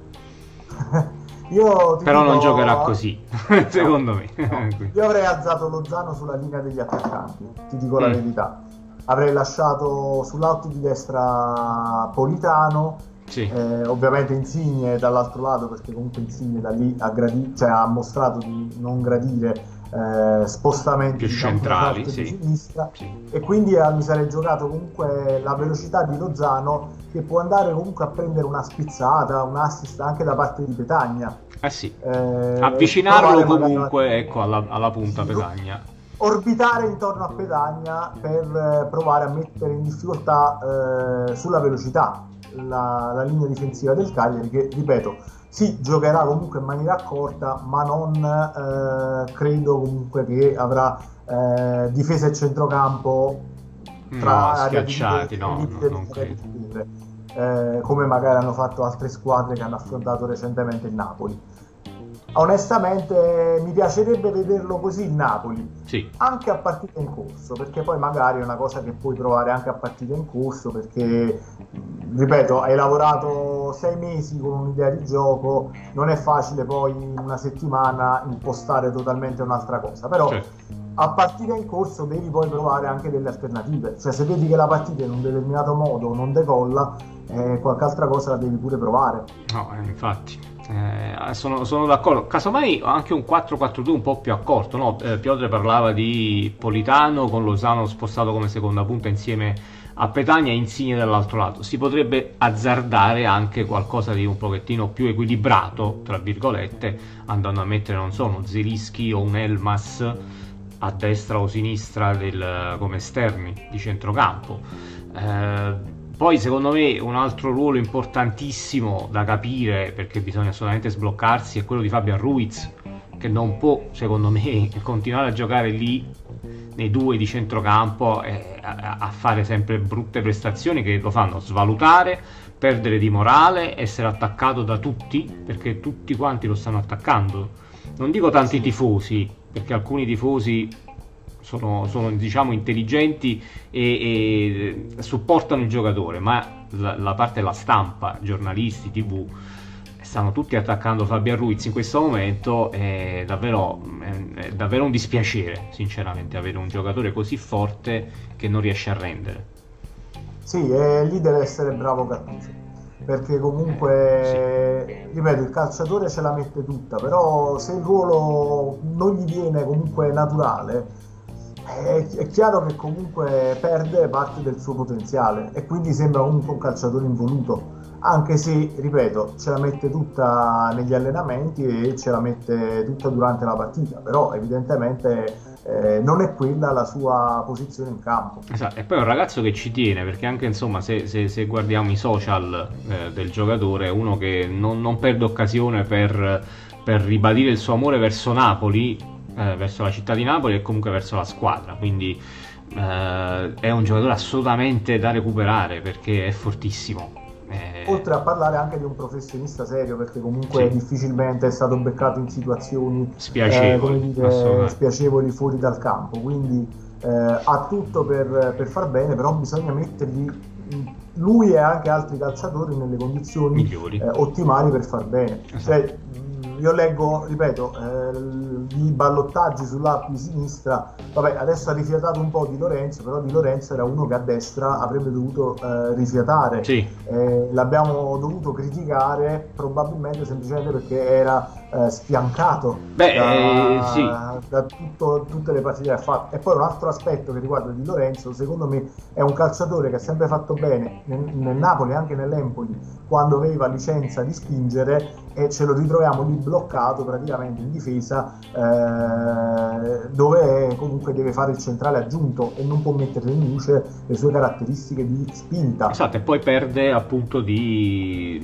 Però non giocherà così, secondo me. No. Io avrei alzato Lozano sulla linea degli attaccanti, ti dico la verità. Avrei lasciato sull'alto di destra Politano, sì, ovviamente Insigne dall'altro lato, perché comunque Insigne da lì ha mostrato di non gradire spostamenti più centrali, sì, di sinistra, sì. E quindi mi sarei giocato comunque la velocità di Lozano, che può andare comunque a prendere una spizzata, un assist anche da parte di Petagna. Sì. Avvicinarlo comunque, ecco, alla punta, sì, Petagna. Orbitare intorno a Petagna per provare a mettere in difficoltà sulla velocità la linea difensiva del Cagliari, che, ripeto, sì, giocherà comunque in maniera accorta, ma non credo comunque che avrà difesa e centrocampo schiacciati, non credo. Come magari hanno fatto altre squadre che hanno affrontato recentemente il Napoli. Onestamente mi piacerebbe vederlo così il Napoli, sì, anche a partita in corso, perché poi magari è una cosa che puoi provare anche a partita in corso, perché, ripeto, hai lavorato 6 mesi con un'idea di gioco, non è facile poi in una settimana impostare totalmente un'altra cosa, però certo, a partita in corso devi poi provare anche delle alternative, cioè se vedi che la partita in un determinato modo non decolla, qualche altra cosa la devi pure provare. No, infatti. Sono d'accordo. Casomai anche un 4-4-2 un po' più accorto, no? Piotr parlava di Politano con Lozano spostato come seconda punta insieme a Petagna e Insigne dall'altro lato. Si potrebbe azzardare anche qualcosa di un pochettino più equilibrato, tra virgolette, andando a mettere, non so, uno Zelinski o un Elmas a destra o sinistra come esterni di centrocampo. Poi secondo me un altro ruolo importantissimo da capire, perché bisogna assolutamente sbloccarsi, è quello di Fabian Ruiz, che non può, secondo me, continuare a giocare lì nei 2 di centrocampo a fare sempre brutte prestazioni che lo fanno svalutare, perdere di morale, essere attaccato da tutti, perché tutti quanti lo stanno attaccando. Non dico tanti tifosi, perché alcuni tifosi sono diciamo intelligenti e supportano il giocatore, ma la parte della stampa, giornalisti, TV, stanno tutti attaccando Fabian Ruiz in questo momento. È davvero un dispiacere, sinceramente, avere un giocatore così forte che non riesce a rendere. Sì, lì deve essere bravo Gattuso. perché comunque, ripeto, il calciatore ce la mette tutta, però se il ruolo non gli viene comunque naturale, è chiaro che comunque perde parte del suo potenziale e quindi sembra comunque un calciatore involuto, anche se, ripeto, ce la mette tutta negli allenamenti e ce la mette tutta durante la partita, però evidentemente non è quella la sua posizione in campo. Esatto, e poi è un ragazzo che ci tiene, perché anche insomma se guardiamo i social del giocatore, è uno che non perde occasione per ribadire il suo amore verso Napoli, verso la città di Napoli e comunque verso la squadra, quindi è un giocatore assolutamente da recuperare perché è fortissimo. Oltre a parlare anche di un professionista serio, perché comunque Sì. difficilmente è stato beccato in situazioni Spiacevoli, come dire, spiacevoli fuori dal campo, quindi ha tutto per far bene, però bisogna mettergli lui e anche altri calciatori nelle condizioni migliori. Ottimali per far bene. Esatto. Cioè, io leggo, ripeto, i ballottaggi sul lato di sinistra, vabbè, adesso ha rifiatato un po' Di Lorenzo, però Di Lorenzo era uno che a destra avrebbe dovuto rifiatare. Sì. L'abbiamo dovuto criticare probabilmente semplicemente perché era sfiancato da tutte le partite che ha fatto. E poi un altro aspetto che riguarda Di Lorenzo, secondo me è un calciatore che ha sempre fatto bene nel Napoli e anche nell'Empoli quando aveva licenza di spingere, e ce lo ritroviamo lì bloccato praticamente in difesa, dove comunque deve fare il centrale aggiunto e non può mettere in luce le sue caratteristiche di spinta. Esatto, e poi perde appunto di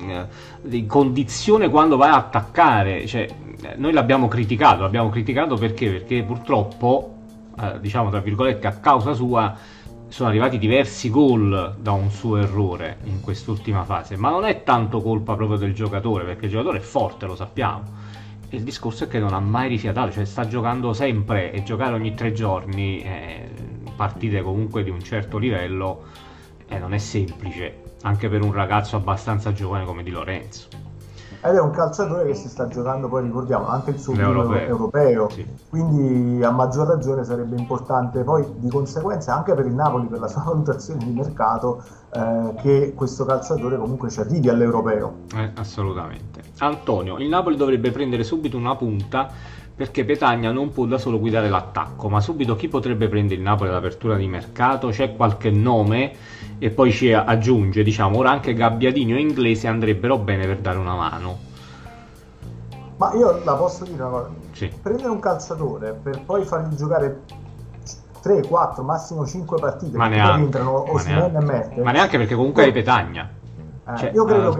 condizione quando va a attaccare. Cioè, noi l'abbiamo criticato perché purtroppo, diciamo tra virgolette, a causa sua sono arrivati diversi gol da un suo errore in quest'ultima fase, ma non è tanto colpa proprio del giocatore, perché il giocatore è forte, lo sappiamo. Il discorso è che non ha mai rifiatato, cioè sta giocando sempre, e giocare ogni 3 giorni partite comunque di un certo livello non è semplice, anche per un ragazzo abbastanza giovane come Di Lorenzo. Ed è un calciatore che si sta giocando, poi ricordiamo, anche il suo primo europeo, sì. Quindi a maggior ragione sarebbe importante poi di conseguenza anche per il Napoli, per la sua valutazione di mercato, che questo calciatore comunque ci arrivi all'europeo. Assolutamente. Antonio, il Napoli dovrebbe prendere subito una punta, perché Petagna non può da solo guidare l'attacco, ma subito chi potrebbe prendere il Napoli all'apertura di mercato? C'è qualche nome? E poi ci aggiunge, diciamo, ora anche Gabbiadini o Inglese andrebbero bene per dare una mano. Ma io la posso dire una cosa, sì. Prendere un calciatore per poi fargli giocare 3, 4, massimo 5 partite, ma neanche, entrano Osimhen e Mertens, ma neanche perché comunque hai Petagna. Cioè, io credo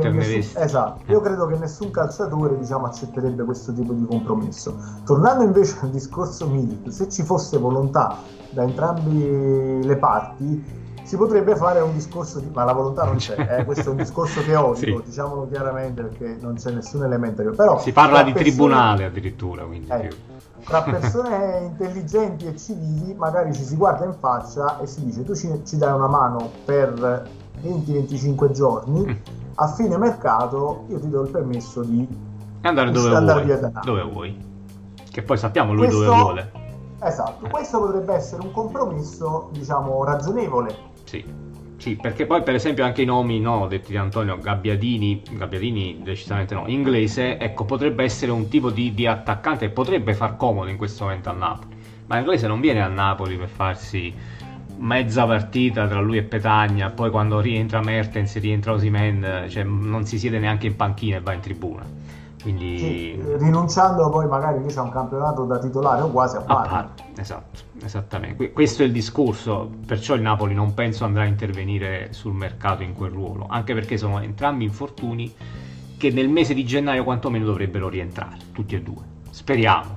che nessun calciatore, diciamo, accetterebbe questo tipo di compromesso. Tornando invece al discorso Milik, se ci fosse volontà da entrambi le parti, si potrebbe fare un discorso ma la volontà non c'è, questo è un discorso teorico, sì. Diciamolo chiaramente, perché non c'è nessun elemento però si parla di tribunale addirittura, quindi tra persone intelligenti e civili magari ci si guarda in faccia e si dice: tu ci dai una mano per 20-25 giorni, a fine mercato io ti do il permesso di andare dove vuoi, che poi sappiamo lui dove vuole. Esatto, questo potrebbe essere un compromesso, diciamo, ragionevole. Sì, perché poi per esempio anche i nomi detti da Antonio, Gabbiadini decisamente no, Inglese, ecco, potrebbe essere un tipo di attaccante che potrebbe far comodo in questo momento a Napoli, ma Inglese non viene a Napoli per farsi mezza partita tra lui e Petagna, poi quando rientra Mertens e rientra Osimhen, cioè non si siede neanche in panchina e va in tribuna. Quindi sì, rinunciando poi magari invece a un campionato da titolare o quasi a parte. Esatto, esattamente. Questo è il discorso, perciò il Napoli non penso andrà a intervenire sul mercato in quel ruolo, anche perché sono entrambi infortuni che nel mese di gennaio quantomeno dovrebbero rientrare, tutti e due. Speriamo.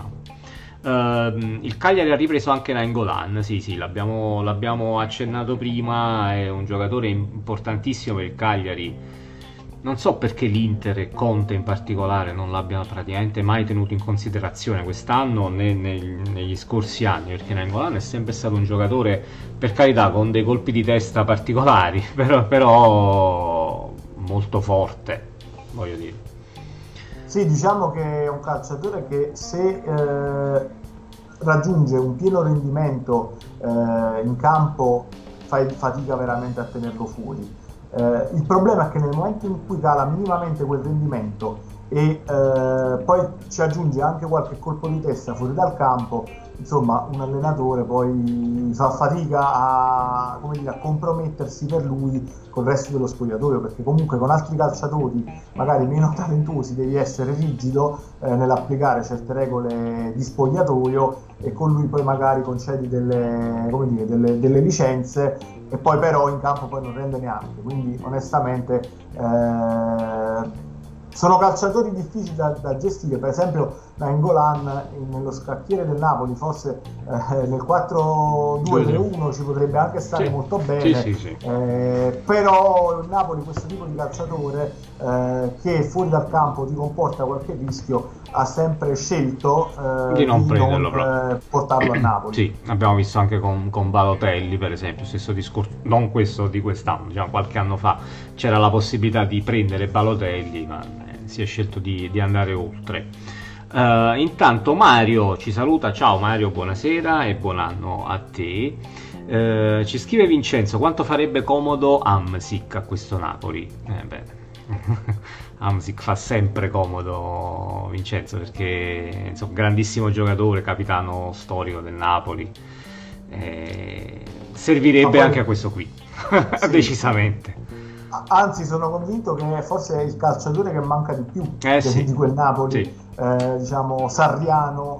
Il Cagliari ha ripreso anche Nainggolan, sì, l'abbiamo accennato prima, è un giocatore importantissimo per il Cagliari. Non so perché l'Inter e Conte in particolare non l'abbiano praticamente mai tenuto in considerazione quest'anno né negli scorsi anni, perché Nainggolan è sempre stato un giocatore, per carità, con dei colpi di testa particolari, però molto forte, voglio dire. Sì, diciamo che è un calciatore che se raggiunge un pieno rendimento in campo fai fatica veramente a tenerlo fuori. Il problema è che nel momento in cui cala minimamente quel rendimento e poi ci aggiunge anche qualche colpo di testa fuori dal campo, insomma un allenatore poi fa fatica a, come dire, a compromettersi per lui col resto dello spogliatoio, perché comunque con altri calciatori magari meno talentuosi devi essere rigido nell'applicare certe regole di spogliatoio, e con lui poi magari concedi delle, come dire, delle licenze, e poi però in campo poi non rende neanche. Quindi onestamente sono calciatori difficili da gestire. Per esempio Nainggolan nello scacchiere del Napoli forse nel 4-2-3-1 ci potrebbe anche stare molto bene, però il Napoli questo tipo di calciatore che fuori dal campo ti comporta qualche rischio ha sempre scelto di non prenderlo, portarlo a Napoli. Sì, abbiamo visto anche con Balotelli per esempio, stesso discorso, non questo di quest'anno, diciamo qualche anno fa c'era la possibilità di prendere Balotelli, ma si è scelto di andare oltre. Intanto Mario ci saluta. Ciao Mario, buonasera e buon anno a te. Ci scrive Vincenzo: quanto farebbe comodo Hamsik a questo Napoli? Hamsik fa sempre comodo, Vincenzo, perché insomma, grandissimo giocatore, capitano storico del Napoli, servirebbe anche a questo qui. Sì. Decisamente. Anzi, sono convinto che forse è il calciatore che manca di più di quel Napoli, sì. Diciamo sarriano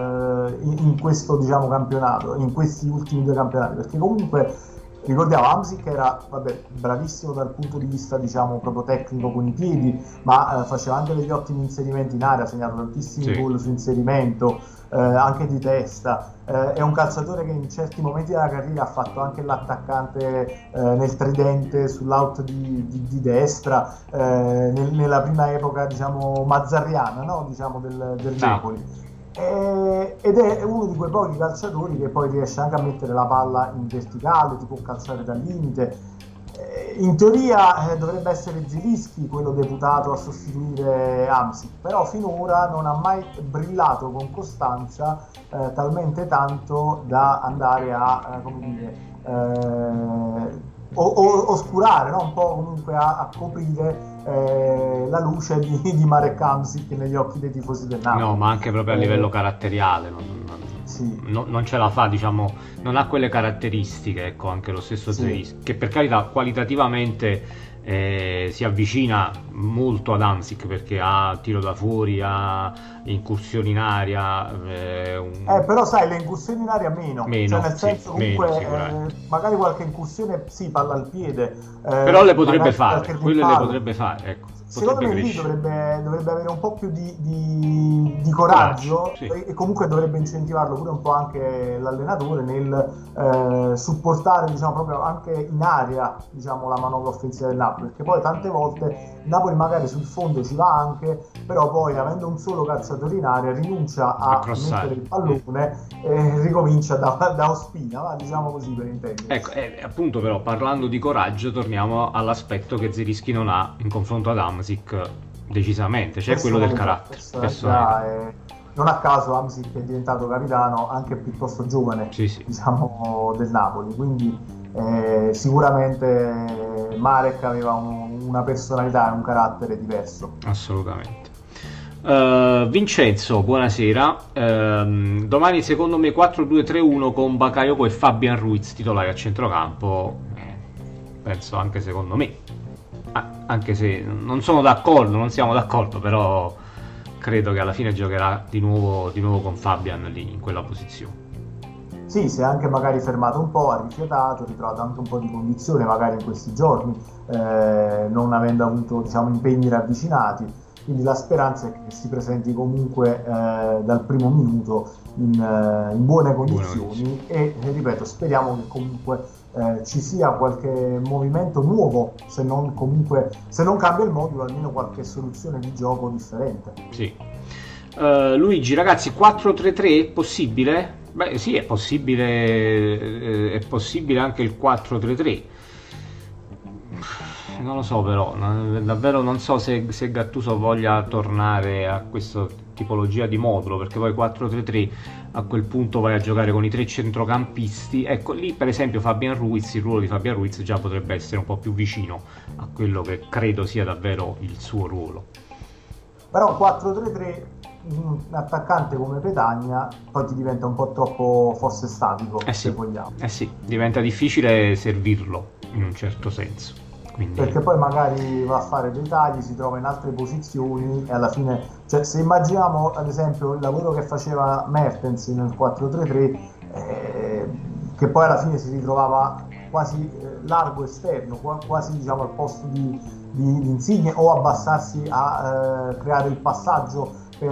in questo, diciamo, campionato, in questi ultimi due campionati, perché comunque ricordiamo Hamsik era bravissimo dal punto di vista, diciamo, proprio tecnico con i piedi, ma faceva anche degli ottimi inserimenti in area, ha segnato tantissimi gol su inserimento, anche di testa. È un calciatore che in certi momenti della carriera ha fatto anche l'attaccante nel tridente sull'out di destra, nella prima epoca, diciamo, mazzarriana, no? Diciamo del Napoli. Ed è uno di quei pochi calciatori che poi riesce anche a mettere la palla in verticale, ti può calciare dal limite. In teoria dovrebbe essere Zielinski quello deputato a sostituire Hamsik, però finora non ha mai brillato con costanza talmente tanto da andare a come dire, oscurare, no? Un po' comunque a coprire la luce di Marek Hamsik negli occhi dei tifosi del Napoli. No, ma anche proprio a livello caratteriale non ce la fa, diciamo, non ha quelle caratteristiche, ecco, anche lo stesso Zielinski, che per carità qualitativamente si avvicina molto ad Hamsik, perché ha tiro da fuori, ha incursioni in aria, però sai, le incursioni in aria meno, cioè nel senso comunque magari qualche incursione palla al piede, però le potrebbe fare, quelle le potrebbe fare, ecco. Secondo me lì dovrebbe avere un po' più di coraggio, e comunque dovrebbe incentivarlo pure un po' anche l'allenatore nel supportare, diciamo, proprio anche in aria, diciamo, la manovra offensiva del Napoli, perché poi tante volte il Napoli magari sul fondo ci va anche, però poi avendo un solo calciatore in aria rinuncia a mettere il pallone e ricomincia da Ospina, diciamo così, per intendere. Ecco, appunto, però parlando di coraggio torniamo all'aspetto che Zielinski non ha in confronto ad Hamsik, decisamente, cioè quello del carattere. Non a caso Hamsik è diventato capitano anche piuttosto giovane, diciamo, del Napoli, quindi sicuramente Marek aveva una personalità e un carattere diverso. Assolutamente. Vincenzo, buonasera. Domani secondo me 4-2-3-1 con Bakayoko e Fabian Ruiz titolari a centrocampo, penso anche secondo me, anche se non sono d'accordo, non siamo d'accordo, però credo che alla fine giocherà di nuovo con Fabian lì in quella posizione. Sì, si è anche magari fermato un po', ha rifiutato, ha ritrovato anche un po' di condizione magari in questi giorni, non avendo avuto, diciamo, impegni ravvicinati, quindi la speranza è che si presenti comunque dal primo minuto in buone condizioni e ripeto, speriamo che comunque ci sia qualche movimento nuovo, se non cambia il modulo, almeno qualche soluzione di gioco differente. Sì. Luigi, ragazzi, 4-3-3 è possibile? Beh sì, è possibile anche il 4-3-3. Non lo so, però davvero non so se Gattuso voglia tornare a questo tipologia di modulo, perché poi 4-3-3 a quel punto vai a giocare con i 3 centrocampisti. Ecco, lì per esempio Fabian Ruiz, il ruolo di Fabian Ruiz già potrebbe essere un po' più vicino a quello che credo sia davvero il suo ruolo. Però 4-3-3, un attaccante come Petagna poi ti diventa un po' troppo forse statico, se vogliamo. Sì, diventa difficile servirlo in un certo senso. Quindi... Perché poi magari va a fare dei tagli, si trova in altre posizioni e alla fine, cioè se immaginiamo ad esempio il lavoro che faceva Mertens nel 4-3-3, che poi alla fine si ritrovava quasi largo esterno, quasi diciamo al posto di Insigne, o abbassarsi a creare il passaggio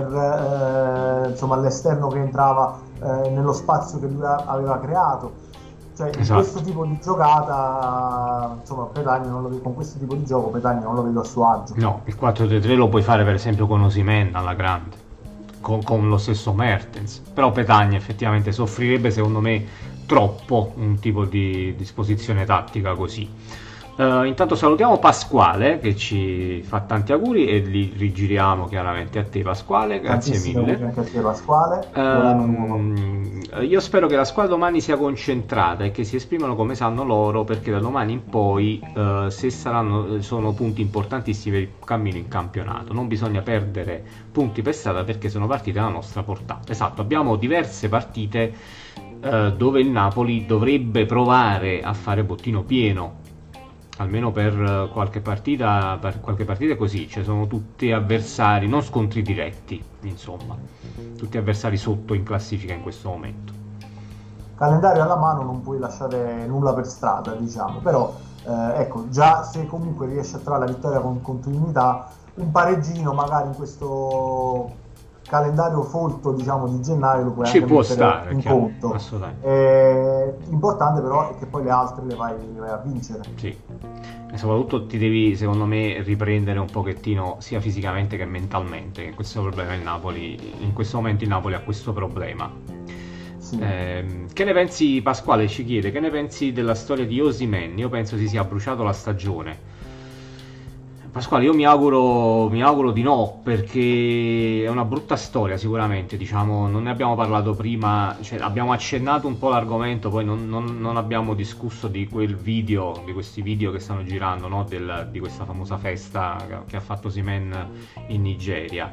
per insomma all'esterno che entrava nello spazio che lui aveva creato. Cioè, in questo tipo di giocata, insomma, Petagna non lo vedo, con questo tipo di gioco Petagna non lo vedo a suo agio. No, il 4-3-3 lo puoi fare per esempio con Osimhen alla grande, con lo stesso Mertens, però Petagna effettivamente soffrirebbe secondo me troppo un tipo di disposizione tattica così. Intanto salutiamo Pasquale che ci fa tanti auguri e li rigiriamo chiaramente a te Pasquale, grazie mille. Anche a te Pasquale. Io spero che la squadra domani sia concentrata e che si esprimano come sanno loro, perché da domani in poi sono punti importantissimi per il cammino in campionato. Non bisogna perdere punti per strada perché sono partite alla nostra portata. Esatto, abbiamo diverse partite dove il Napoli dovrebbe provare a fare bottino pieno, almeno per qualche partita così, cioè sono tutti avversari, non scontri diretti, insomma, tutti avversari sotto in classifica in questo momento. Calendario alla mano, non puoi lasciare nulla per strada, diciamo, però ecco, già se comunque riesci a trovare la vittoria con continuità, un pareggino magari in questo calendario folto, diciamo, di gennaio lo puoi anche mettere in conto. L'importante però è che poi le altre le vai a vincere. Sì, e soprattutto ti devi, secondo me, riprendere un pochettino sia fisicamente che mentalmente. Questo problema il Napoli, in questo momento il Napoli ha questo problema. Sì. Che ne pensi, Pasquale ci chiede, che ne pensi della storia di Osimhen? Io penso si sia bruciato la stagione. Pasquale, io mi auguro di no, perché è una brutta storia sicuramente, diciamo, non ne abbiamo parlato prima, cioè abbiamo accennato un po' l'argomento, poi non abbiamo discusso di quel video, di questi video che stanno girando, no? Di questa famosa festa che ha fatto Osimhen in Nigeria.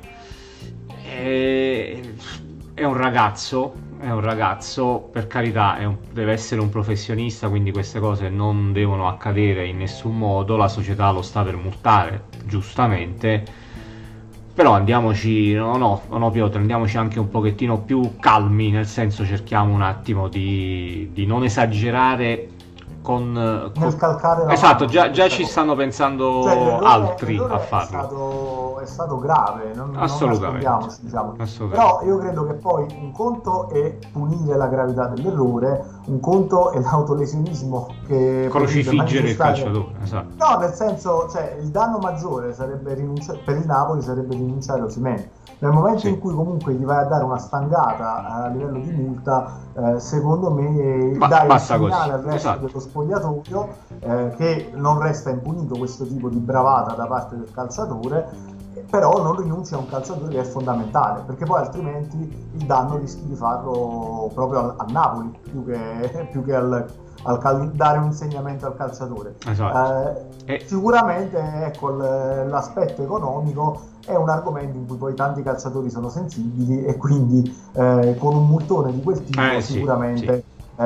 È un ragazzo, per carità, deve essere un professionista, quindi queste cose non devono accadere in nessun modo, la società lo sta per multare, giustamente, però andiamoci, no Piotr, andiamoci anche un pochettino più calmi, nel senso cerchiamo un attimo di non esagerare nel calcare la esatto, mano, già ci stanno pensando, cioè, altri a farlo. È stato grave, non assolutamente, diciamo. Però io credo che poi un conto è punire la gravità dell'errore, un conto è l'autolesionismo che crocifiggere il calciatore, esatto. No, nel senso, cioè, il danno maggiore sarebbe per il Napoli sarebbe rinunciare a Osimhen. Nel momento in cui comunque gli vai a dare una stangata a livello di multa, secondo me dai un segnale al resto dello spogliatoio che non resta impunito questo tipo di bravata da parte del calciatore, però non rinuncia a un calciatore che è fondamentale, perché poi altrimenti il danno rischi di farlo proprio al Napoli più che dare un insegnamento al calciatore. Esatto. Sicuramente ecco, l'aspetto economico è un argomento in cui poi tanti calciatori sono sensibili e quindi con un multone di quel tipo sicuramente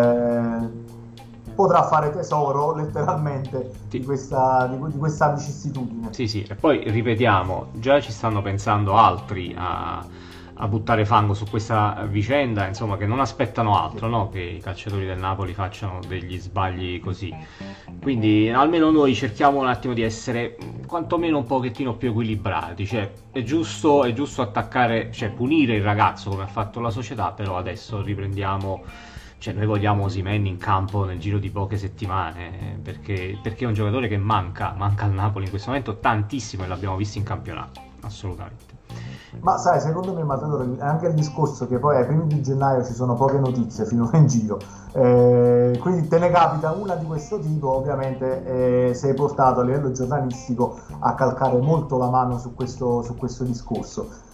potrà fare tesoro letteralmente di questa vicissitudine. Sì, e poi ripetiamo, già ci stanno pensando altri a buttare fango su questa vicenda, insomma, che non aspettano altro, no? Che i calciatori del Napoli facciano degli sbagli così. Quindi almeno noi cerchiamo un attimo di essere quantomeno un pochettino più equilibrati, cioè è giusto attaccare, cioè punire il ragazzo come ha fatto la società, però adesso riprendiamo, cioè noi vogliamo Osimhen in campo nel giro di poche settimane, perché è un giocatore che manca al Napoli in questo momento tantissimo e l'abbiamo visto in campionato, assolutamente. Ma sai, secondo me, Matador, anche il discorso che poi ai primi di gennaio ci sono poche notizie finora in giro, quindi te ne capita una di questo tipo, ovviamente sei portato a livello giornalistico a calcare molto la mano su questo discorso.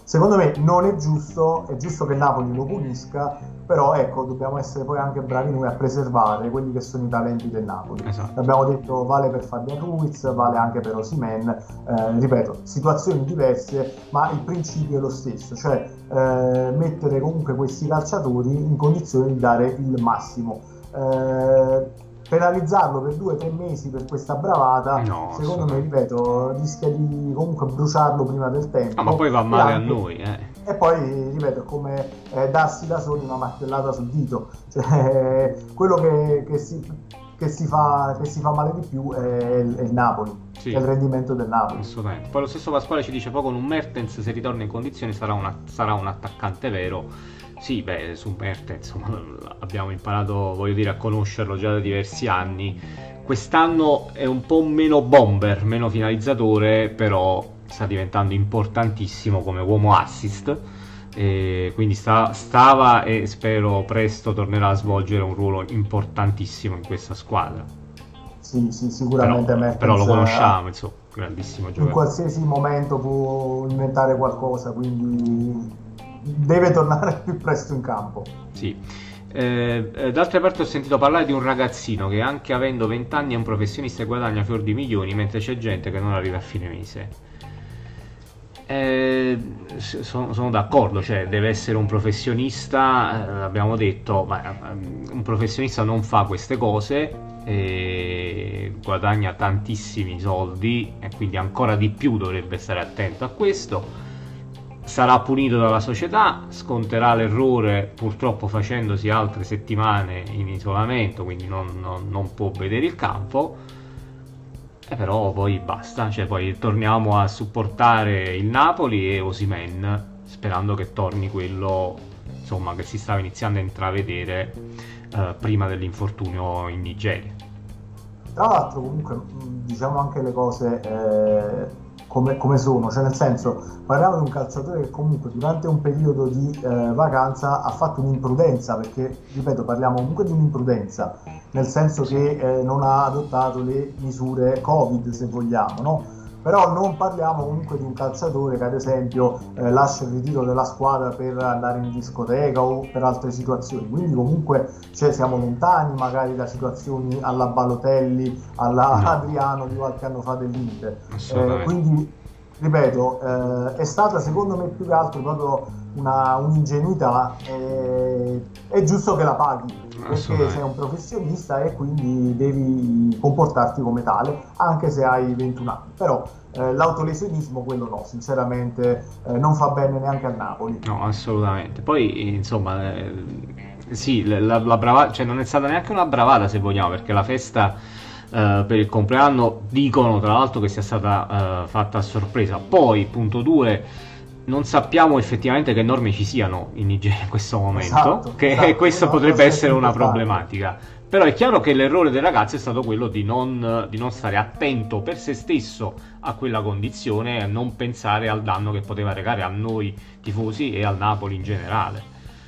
Secondo me non è giusto, è giusto che il Napoli lo punisca, però ecco, dobbiamo essere poi anche bravi noi a preservare quelli che sono i talenti del Napoli. Esatto. L'abbiamo detto, vale per Fabian Ruiz, vale anche per Osimhen, ripeto, situazioni diverse, ma il principio è lo stesso, cioè mettere comunque questi calciatori in condizione di dare il massimo. Penalizzarlo per 2 o 3 mesi per questa bravata, No, secondo me, ripeto, rischia di comunque bruciarlo prima del tempo. ma poi va male anche, a noi. E poi, ripeto, è come darsi da soli una martellata sul dito. Cioè, quello che si fa male di più è il Napoli, Sì, è il rendimento del Napoli. assolutamente. Poi lo stesso Pasquale ci dice poi con un Mertens se ritorna in condizioni sarà un attaccante vero. Sì, beh, su Mertens insomma abbiamo imparato, voglio dire, a conoscerlo già da diversi anni. Quest'anno è un po' meno bomber, meno finalizzatore, però sta diventando importantissimo come uomo assist. E quindi stava e spero presto tornerà a svolgere un ruolo importantissimo in questa squadra. Sì, sicuramente Mertens, però lo conosciamo, insomma, grandissimo in giocatore. qualsiasi momento può inventare qualcosa, quindi deve tornare il più presto in campo. Sì. D'altra parte ho sentito parlare di un ragazzino che anche avendo 20 anni è un professionista e guadagna fior di milioni, mentre c'è gente che non arriva a fine mese. Sono d'accordo, cioè deve essere un professionista, abbiamo detto, ma un professionista non fa queste cose, guadagna tantissimi soldi e quindi ancora di più dovrebbe stare attento a questo. Sarà punito dalla società, sconterà l'errore purtroppo facendosi altre settimane in isolamento, quindi non può vedere il campo, però poi basta, cioè poi torniamo a supportare il Napoli e Osimhen, sperando che torni quello, insomma, che si stava iniziando a intravedere prima dell'infortunio in Nigeria. Tra l'altro comunque diciamo anche le cose come sono, cioè nel senso, parliamo di un calciatore che comunque durante un periodo di vacanza ha fatto un'imprudenza, perché ripeto parliamo comunque di un'imprudenza, nel senso che non ha adottato le misure Covid, se vogliamo, no? Però non parliamo comunque di un calciatore che ad esempio lascia il ritiro della squadra per andare in discoteca o per altre situazioni, quindi comunque siamo lontani magari da situazioni alla Balotelli, alla Adriano di qualche anno fa dell'Inter, quindi ripeto, è stata secondo me più che altro proprio un'ingenuità, è giusto che la paghi, perché sei un professionista e quindi devi comportarti come tale, anche se hai 21 anni, però l'autolesionismo quello no, sinceramente non fa bene neanche al Napoli. No, assolutamente. Poi insomma sì, la bravata, cioè non è stata neanche una bravata se vogliamo, perché la festa per il compleanno dicono tra l'altro che sia stata fatta a sorpresa. Poi punto 2, non sappiamo effettivamente che norme ci siano in Nigeria in questo momento, esatto, questo potrebbe essere una problematica. Però è chiaro che l'errore del ragazzo è stato quello di non stare attento per se stesso a quella condizione e non pensare al danno che poteva recare a noi tifosi e al Napoli in generale.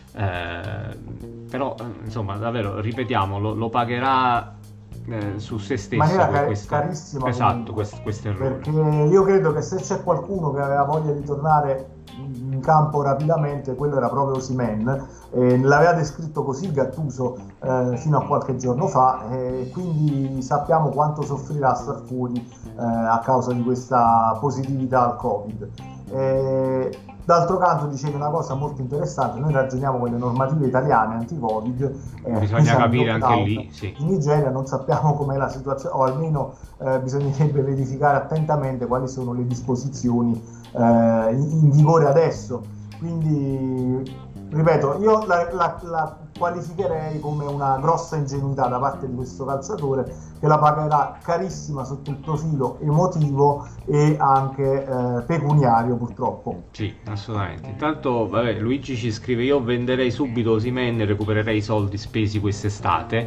Però insomma davvero ripetiamo, lo pagherà su se stesso in maniera carissima, esatto, questo errore, perché io credo che se c'è qualcuno che aveva voglia di tornare in campo rapidamente quello era proprio Osimhen, l'aveva descritto così Gattuso fino a qualche giorno fa, quindi sappiamo quanto soffrirà a star fuori a causa di questa positività al Covid. D'altro canto dicevi una cosa molto interessante, noi ragioniamo con le normative italiane anti-Covid, bisogna capire anche lì, sì. In Nigeria non sappiamo com'è la situazione, o almeno bisognerebbe verificare attentamente quali sono le disposizioni in vigore adesso, quindi ripeto, io la qualificherei come una grossa ingenuità da parte di questo calciatore, che la pagherà carissima sotto il profilo emotivo e anche pecuniario, purtroppo. Sì, assolutamente. Intanto vabbè, Luigi ci scrive: io venderei subito Osimhen e recupererei i soldi spesi quest'estate.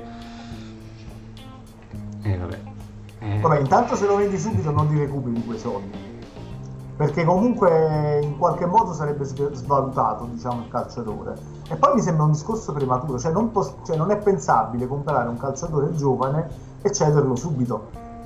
Vabbè, intanto se lo vendi subito non ti recuperi quei soldi, perché comunque in qualche modo sarebbe svalutato, diciamo, il calciatore. E poi mi sembra un discorso prematuro, cioè non è pensabile comprare un calciatore giovane e cederlo subito,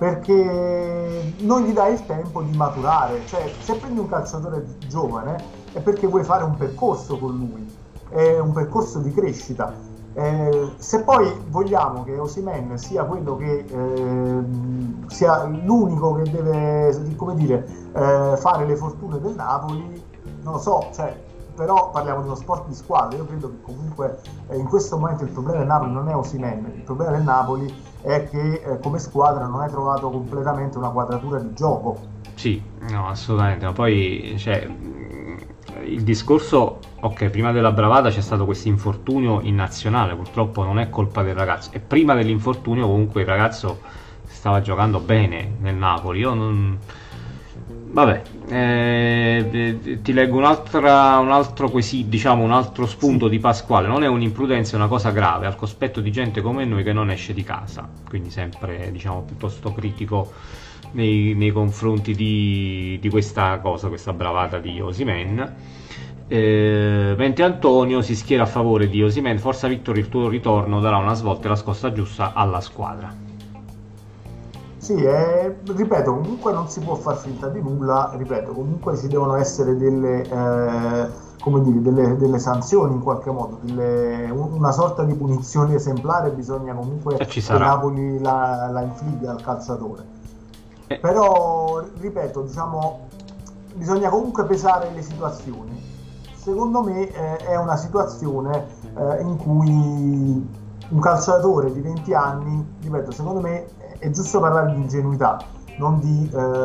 perché non gli dai il tempo di maturare. Cioè, se prendi un calciatore giovane è perché vuoi fare un percorso con lui, è un percorso di crescita. Se poi vogliamo che Osimhen sia quello che sia l'unico che deve, come dire, fare le fortune del Napoli, non lo so, cioè, però parliamo di uno sport di squadra. Io credo che comunque in questo momento il problema del Napoli non è Osimhen, il problema del Napoli è che come squadra non hai trovato completamente una quadratura di gioco. Sì, no, assolutamente, ma poi cioè, il discorso, ok, prima della bravata c'è stato questo infortunio in nazionale, purtroppo non è colpa del ragazzo, e prima dell'infortunio comunque il ragazzo stava giocando bene nel Napoli. Io non... Vabbè, ti leggo un altro quesito, diciamo un altro spunto di Pasquale. Non è un'imprudenza, è una cosa grave al cospetto di gente come noi che non esce di casa, quindi sempre, diciamo, piuttosto critico nei confronti di questa cosa, questa bravata di Osimhen. Mentre Antonio si schiera a favore di Osimhen. Forza Victor, il tuo ritorno darà una svolta e la scossa giusta alla squadra. Sì, ripeto, comunque non si può far finta di nulla, ripeto, comunque ci devono essere delle, come dire, delle sanzioni in qualche modo, una sorta di punizione esemplare bisogna comunque che Napoli la infligga al calciatore. Però, ripeto, diciamo, bisogna comunque pesare le situazioni. Secondo me è una situazione in cui un calciatore di 20 anni, ripeto, secondo me è giusto parlare di ingenuità, non di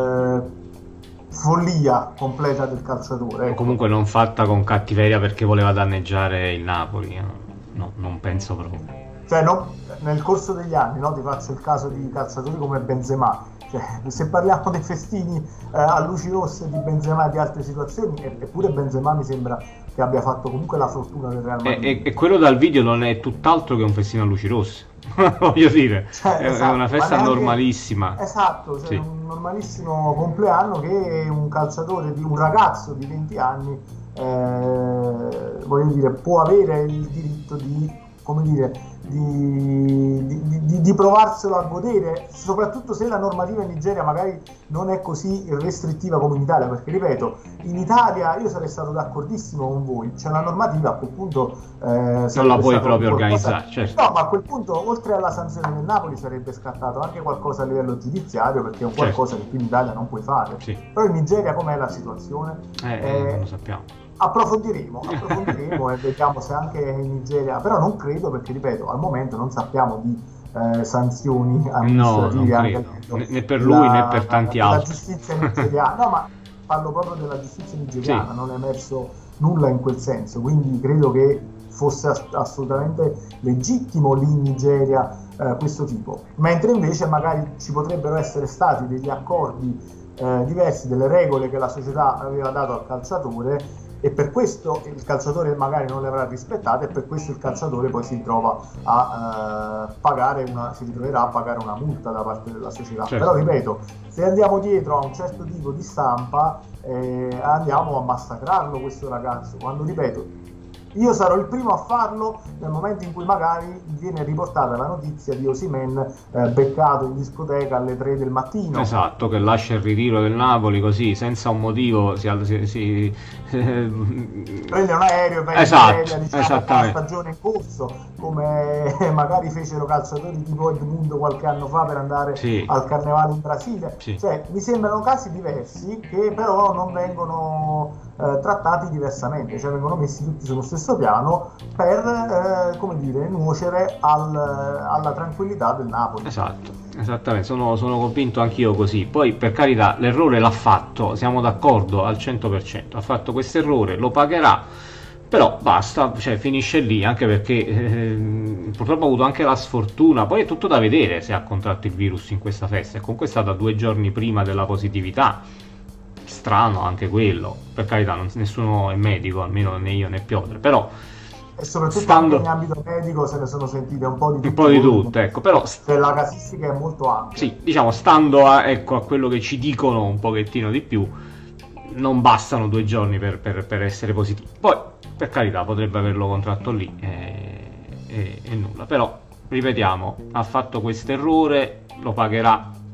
follia completa del calciatore. O comunque non fatta con cattiveria perché voleva danneggiare il Napoli, no, non penso proprio. Cioè, no, nel corso degli anni, no, ti faccio il caso di calciatori come Benzema. Cioè, se parliamo dei festini a luci rosse di Benzema e di altre situazioni, eppure Benzema mi sembra che abbia fatto comunque la fortuna del Real Madrid. E quello dal video non è tutt'altro che un festino a luci rosse. Voglio dire, cioè, è una festa normalissima. Esatto, cioè, sì. Un normalissimo compleanno che un calciatore, un ragazzo di 20 anni, voglio dire, può avere il diritto di, come dire, di provarselo a godere, soprattutto se la normativa in Nigeria magari non è così restrittiva come in Italia, perché ripeto, in Italia io sarei stato d'accordissimo con voi, c'è una normativa, a quel punto non la puoi proprio organizzare, certo. No, ma a quel punto oltre alla sanzione del Napoli sarebbe scattato anche qualcosa a livello giudiziario, perché è un qualcosa che qui in Italia non puoi fare, sì. Però in Nigeria com'è la situazione? Non lo sappiamo. Approfondiremo e vediamo se anche in Nigeria, però non credo, perché ripeto, al momento non sappiamo di sanzioni amministrative, né per lui né per tanti altri. La giustizia nigeriana, no, ma parlo proprio della giustizia nigeriana, sì. Non è emerso nulla in quel senso, quindi credo che fosse assolutamente legittimo lì in Nigeria questo tipo, mentre invece magari ci potrebbero essere stati degli accordi diversi, delle regole che la società aveva dato al calciatore, e per questo il calciatore magari non le avrà rispettate, e per questo il calciatore poi si ritroverà a pagare una multa da parte della società. Certo. Però ripeto, se andiamo dietro a un certo tipo di stampa andiamo a massacrarlo questo ragazzo, quando, ripeto, io sarò il primo a farlo nel momento in cui magari viene riportata la notizia di Osimhen beccato in discoteca alle 3 del mattino. Esatto, che lascia il ritiro del Napoli così, senza un motivo, prende un aereo per diciamo, la stagione in corso, come magari fecero calciatori tipo Edmundo qualche anno fa per andare al Carnevale in Brasile. Sì. Cioè, mi sembrano casi diversi che però non vengono trattati diversamente, cioè vengono messi tutti sullo stesso piano per come dire, nuocere alla tranquillità del Napoli. Esatto, esattamente, sono convinto anch'io così. Poi, per carità, l'errore l'ha fatto, siamo d'accordo al 100%, ha fatto questo errore, lo pagherà, però basta, cioè finisce lì, anche perché purtroppo ha avuto anche la sfortuna, poi è tutto da vedere se ha contratto il virus in questa festa, e comunque è stata 2 giorni prima della positività. Strano anche quello, per carità, nessuno è medico, almeno né io né Piotr, però e soprattutto anche in ambito medico se ne sono sentite un po' di tutto, ecco, però la casistica è molto ampia. Sì, diciamo, stando a quello che ci dicono un pochettino di più, non bastano 2 giorni per essere positivi. Poi, per carità, potrebbe averlo contratto lì e nulla, però ripetiamo, ha fatto questo errore, lo pagherà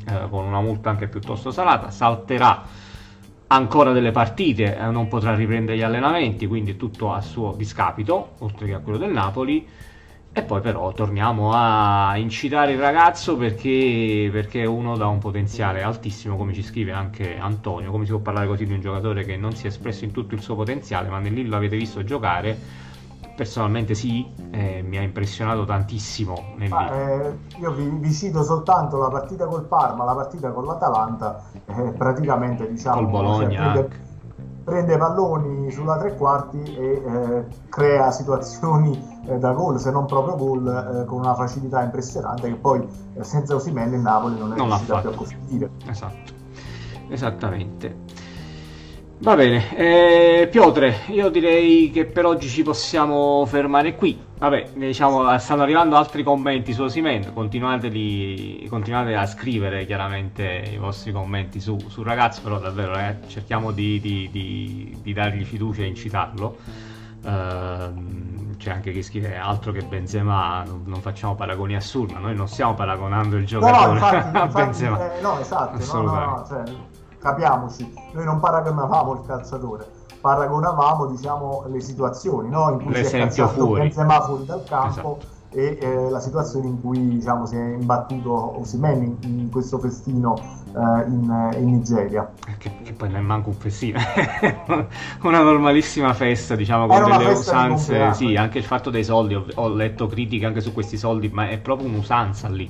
con una multa anche piuttosto salata, salterà ancora delle partite, non potrà riprendere gli allenamenti, quindi tutto a suo discapito, oltre che a quello del Napoli. E poi però torniamo a incitare il ragazzo perché è uno da un potenziale altissimo, come ci scrive anche Antonio. Come si può parlare così di un giocatore che non si è espresso in tutto il suo potenziale, ma nel Lille lo avete visto giocare? Personalmente sì, mi ha impressionato tantissimo nel Lille. Io vi cito soltanto la partita col Parma, la partita con l'Atalanta, praticamente diciamo col Bologna, cioè, prende palloni sulla tre quarti e crea situazioni da gol, se non proprio gol, con una facilità impressionante che poi senza Osimhen il Napoli non è riuscito più a costruire. Esatto, esattamente. Va bene, Piotre, io direi che per oggi ci possiamo fermare qui. Vabbè, diciamo, stanno arrivando altri commenti su Osimhen, continuate a scrivere chiaramente i vostri commenti sul ragazzo, però davvero cerchiamo di dargli fiducia e incitarlo. C'è anche chi scrive altro che Benzema, non facciamo paragoni assurdi, noi non stiamo paragonando il giocatore a Benzema. No, esatto, cioè, capiamoci, noi non paragonavamo il calciatore, paragonavamo diciamo le situazioni, no? In cui si è cacciato Benzema fuori dal campo, esatto. E la situazione in cui diciamo si è imbattuto Osimhen in questo festino in Nigeria, che poi non è manco un festino una normalissima festa, diciamo, con delle usanze, sì, anche il fatto dei soldi, ho letto critiche anche su questi soldi, ma è proprio un'usanza lì,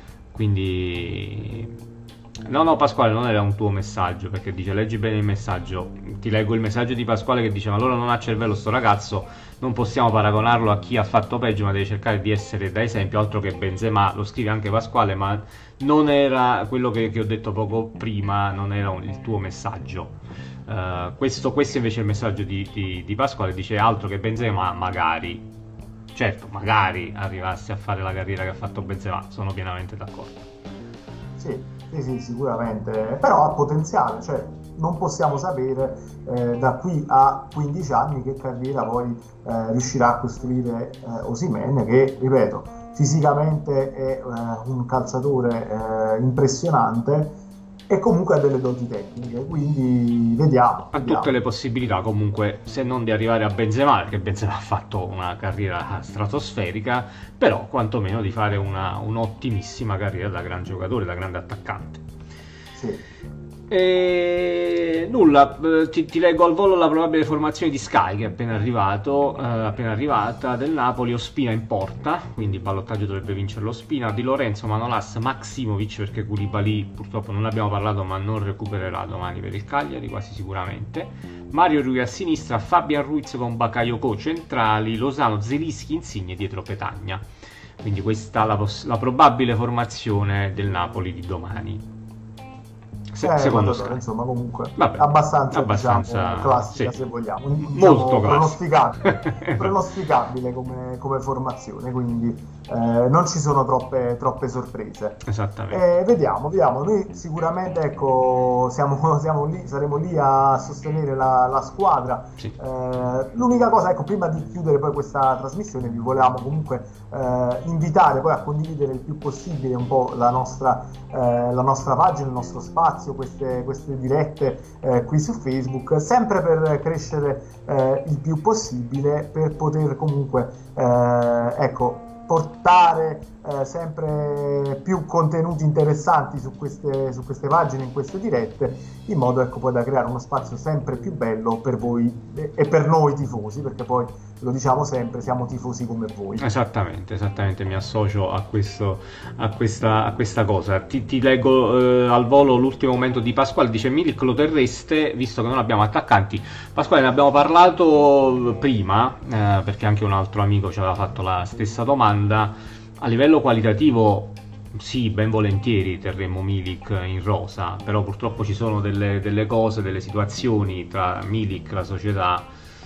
quindi no Pasquale, non era un tuo messaggio, perché dice leggi bene il messaggio, ti leggo il messaggio di Pasquale che dice: ma allora non ha cervello sto ragazzo, non possiamo paragonarlo a chi ha fatto peggio, ma deve cercare di essere da esempio, altro che Benzema. Lo scrive anche Pasquale, ma non era quello che ho detto poco prima, non era il tuo messaggio. Questo invece è il messaggio di Pasquale, dice altro che Benzema, magari, certo, magari arrivasse a fare la carriera che ha fatto Benzema, sono pienamente d'accordo. Sì, sicuramente, però ha potenziale, cioè non possiamo sapere da qui a 15 anni che carriera poi riuscirà a costruire Osimhen, che, ripeto, fisicamente è un calciatore impressionante e comunque ha delle doti tecniche, quindi vediamo. Ha tutte le possibilità comunque, se non di arrivare a Benzema, perché Benzema ha fatto una carriera stratosferica, però quantomeno di fare un'ottimissima carriera da gran giocatore, da grande attaccante. Sì. E nulla, ti leggo al volo la probabile formazione di Sky che è appena arrivata del Napoli. Ospina in porta, quindi il ballottaggio dovrebbe vincerlo Ospina, Di Lorenzo, Manolas, Maksimovic, perché Koulibaly purtroppo non ne abbiamo parlato ma non recupererà domani per il Cagliari quasi sicuramente, Mario Rui a sinistra, Fabian Ruiz con Bakayoko centrali, Lozano, Zelinski, Insigne dietro Petagna. Quindi questa è la probabile formazione del Napoli di domani. Secondo Sky. Insomma, comunque vabbè, abbastanza diciamo, classica, sì. Se vogliamo, molto pronosticabile come formazione, quindi non ci sono troppe sorprese. Esattamente. Vediamo, noi sicuramente ecco saremo lì a sostenere la squadra. Sì. L'unica cosa, ecco, prima di chiudere poi questa trasmissione vi volevamo comunque invitare poi a condividere il più possibile un po' la nostra pagina, il nostro spazio, queste dirette qui su Facebook, sempre per crescere il più possibile, per poter comunque portare sempre più contenuti interessanti su queste pagine, in queste dirette, in modo poi da creare uno spazio sempre più bello per voi e per noi tifosi, perché poi lo diciamo sempre, siamo tifosi come voi. Esattamente, mi associo a questa cosa. Ti leggo al volo l'ultimo commento di Pasquale, dice: Milik lo terreste visto che non abbiamo attaccanti? Pasquale, ne abbiamo parlato prima, perché anche un altro amico ci aveva fatto la stessa domanda. A livello qualitativo sì, ben volentieri terremo Milik in rosa, però purtroppo ci sono delle cose, delle situazioni tra Milik, la società,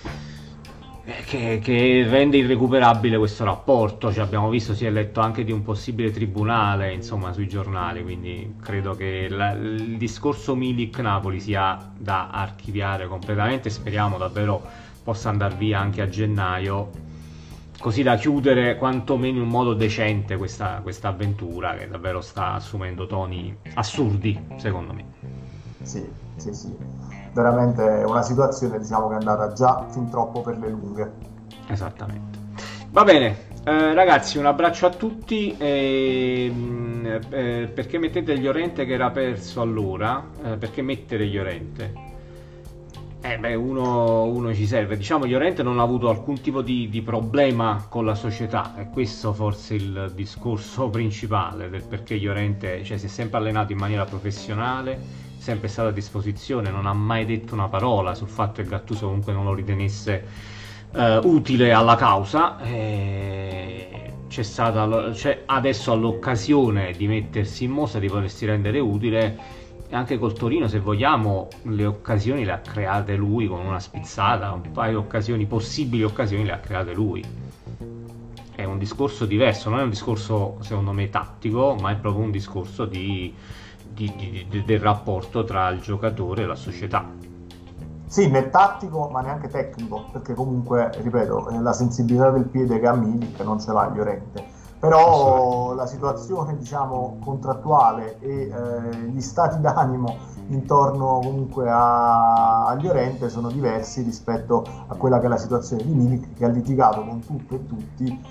che rende irrecuperabile questo rapporto. Abbiamo visto, si è letto anche di un possibile tribunale, insomma, sui giornali, quindi credo che il discorso Milik-Napoli sia da archiviare completamente. Speriamo davvero possa andare via anche a gennaio, così da chiudere quantomeno in un modo decente questa avventura che davvero sta assumendo toni assurdi, secondo me. Sì, sì, sì, veramente una situazione, diciamo, che è andata già fin troppo per le lunghe. Esattamente. Va bene, ragazzi, un abbraccio a tutti. Perché mettete Llorente che era perso allora? Perché mettere Llorente? Uno ci serve. Diciamo, Llorente non ha avuto alcun tipo di problema con la società, e questo forse il discorso principale del perché Llorente, cioè, si è sempre allenato in maniera professionale, sempre stato a disposizione, non ha mai detto una parola sul fatto che Gattuso comunque non lo ritenesse utile alla causa. C'è adesso all'occasione di mettersi in mostra, di potersi rendere utile. E anche col Torino, se vogliamo, le occasioni le ha create lui con una spizzata, un paio di occasioni, possibili occasioni, le ha create lui. È un discorso diverso, non è un discorso secondo me tattico, ma è proprio un discorso del rapporto tra il giocatore e la società. Sì, né tattico ma neanche tecnico, perché comunque, ripeto, la sensibilità del piede che ha Milik non ce l'ha Llorente. Però la situazione, diciamo, contrattuale e gli stati d'animo intorno comunque a Llorente sono diversi rispetto a quella che è la situazione di Milik, che ha litigato con tutto e tutti,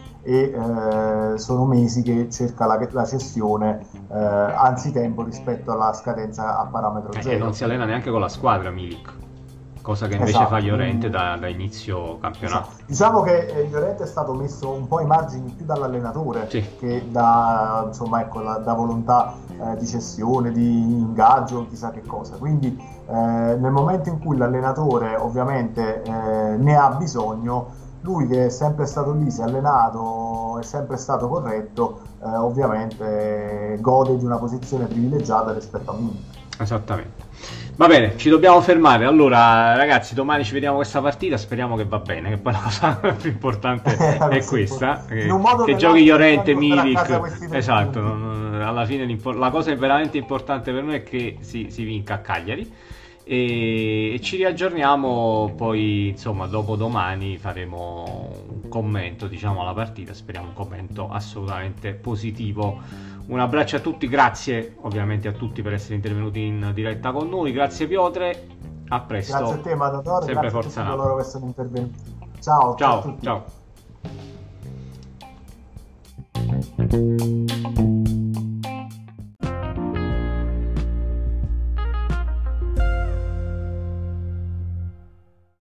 e sono mesi che cerca la cessione anzitempo rispetto alla scadenza a parametro zero. E non si allena neanche con la squadra Milik, cosa che invece fa Llorente da inizio campionato. Esatto. Diciamo che Llorente è stato messo un po' ai margini più dall'allenatore, sì, che da, insomma, ecco, da volontà di cessione, di ingaggio, chissà che cosa. Quindi nel momento in cui l'allenatore ovviamente ne ha bisogno, lui che è sempre stato lì, si è allenato, è sempre stato corretto, ovviamente gode di una posizione privilegiata rispetto a Milik. Esattamente. Va bene, ci dobbiamo fermare. Allora, ragazzi, domani ci vediamo questa partita. Speriamo che va bene, che poi la cosa più importante è questa: che giochi Llorente, Milik. Esatto, alla fine la cosa veramente importante per noi è che si vinca a Cagliari. E ci riaggiorniamo poi, insomma, dopo domani faremo un commento, diciamo, alla partita. Speriamo un commento assolutamente positivo. Un abbraccio a tutti, grazie ovviamente a tutti per essere intervenuti in diretta con noi. Grazie Piotre, a presto. Grazie a te Matador, sempre grazie Forza a tutti Napoli. coloro che sono intervenuti. Ciao, ciao, ciao.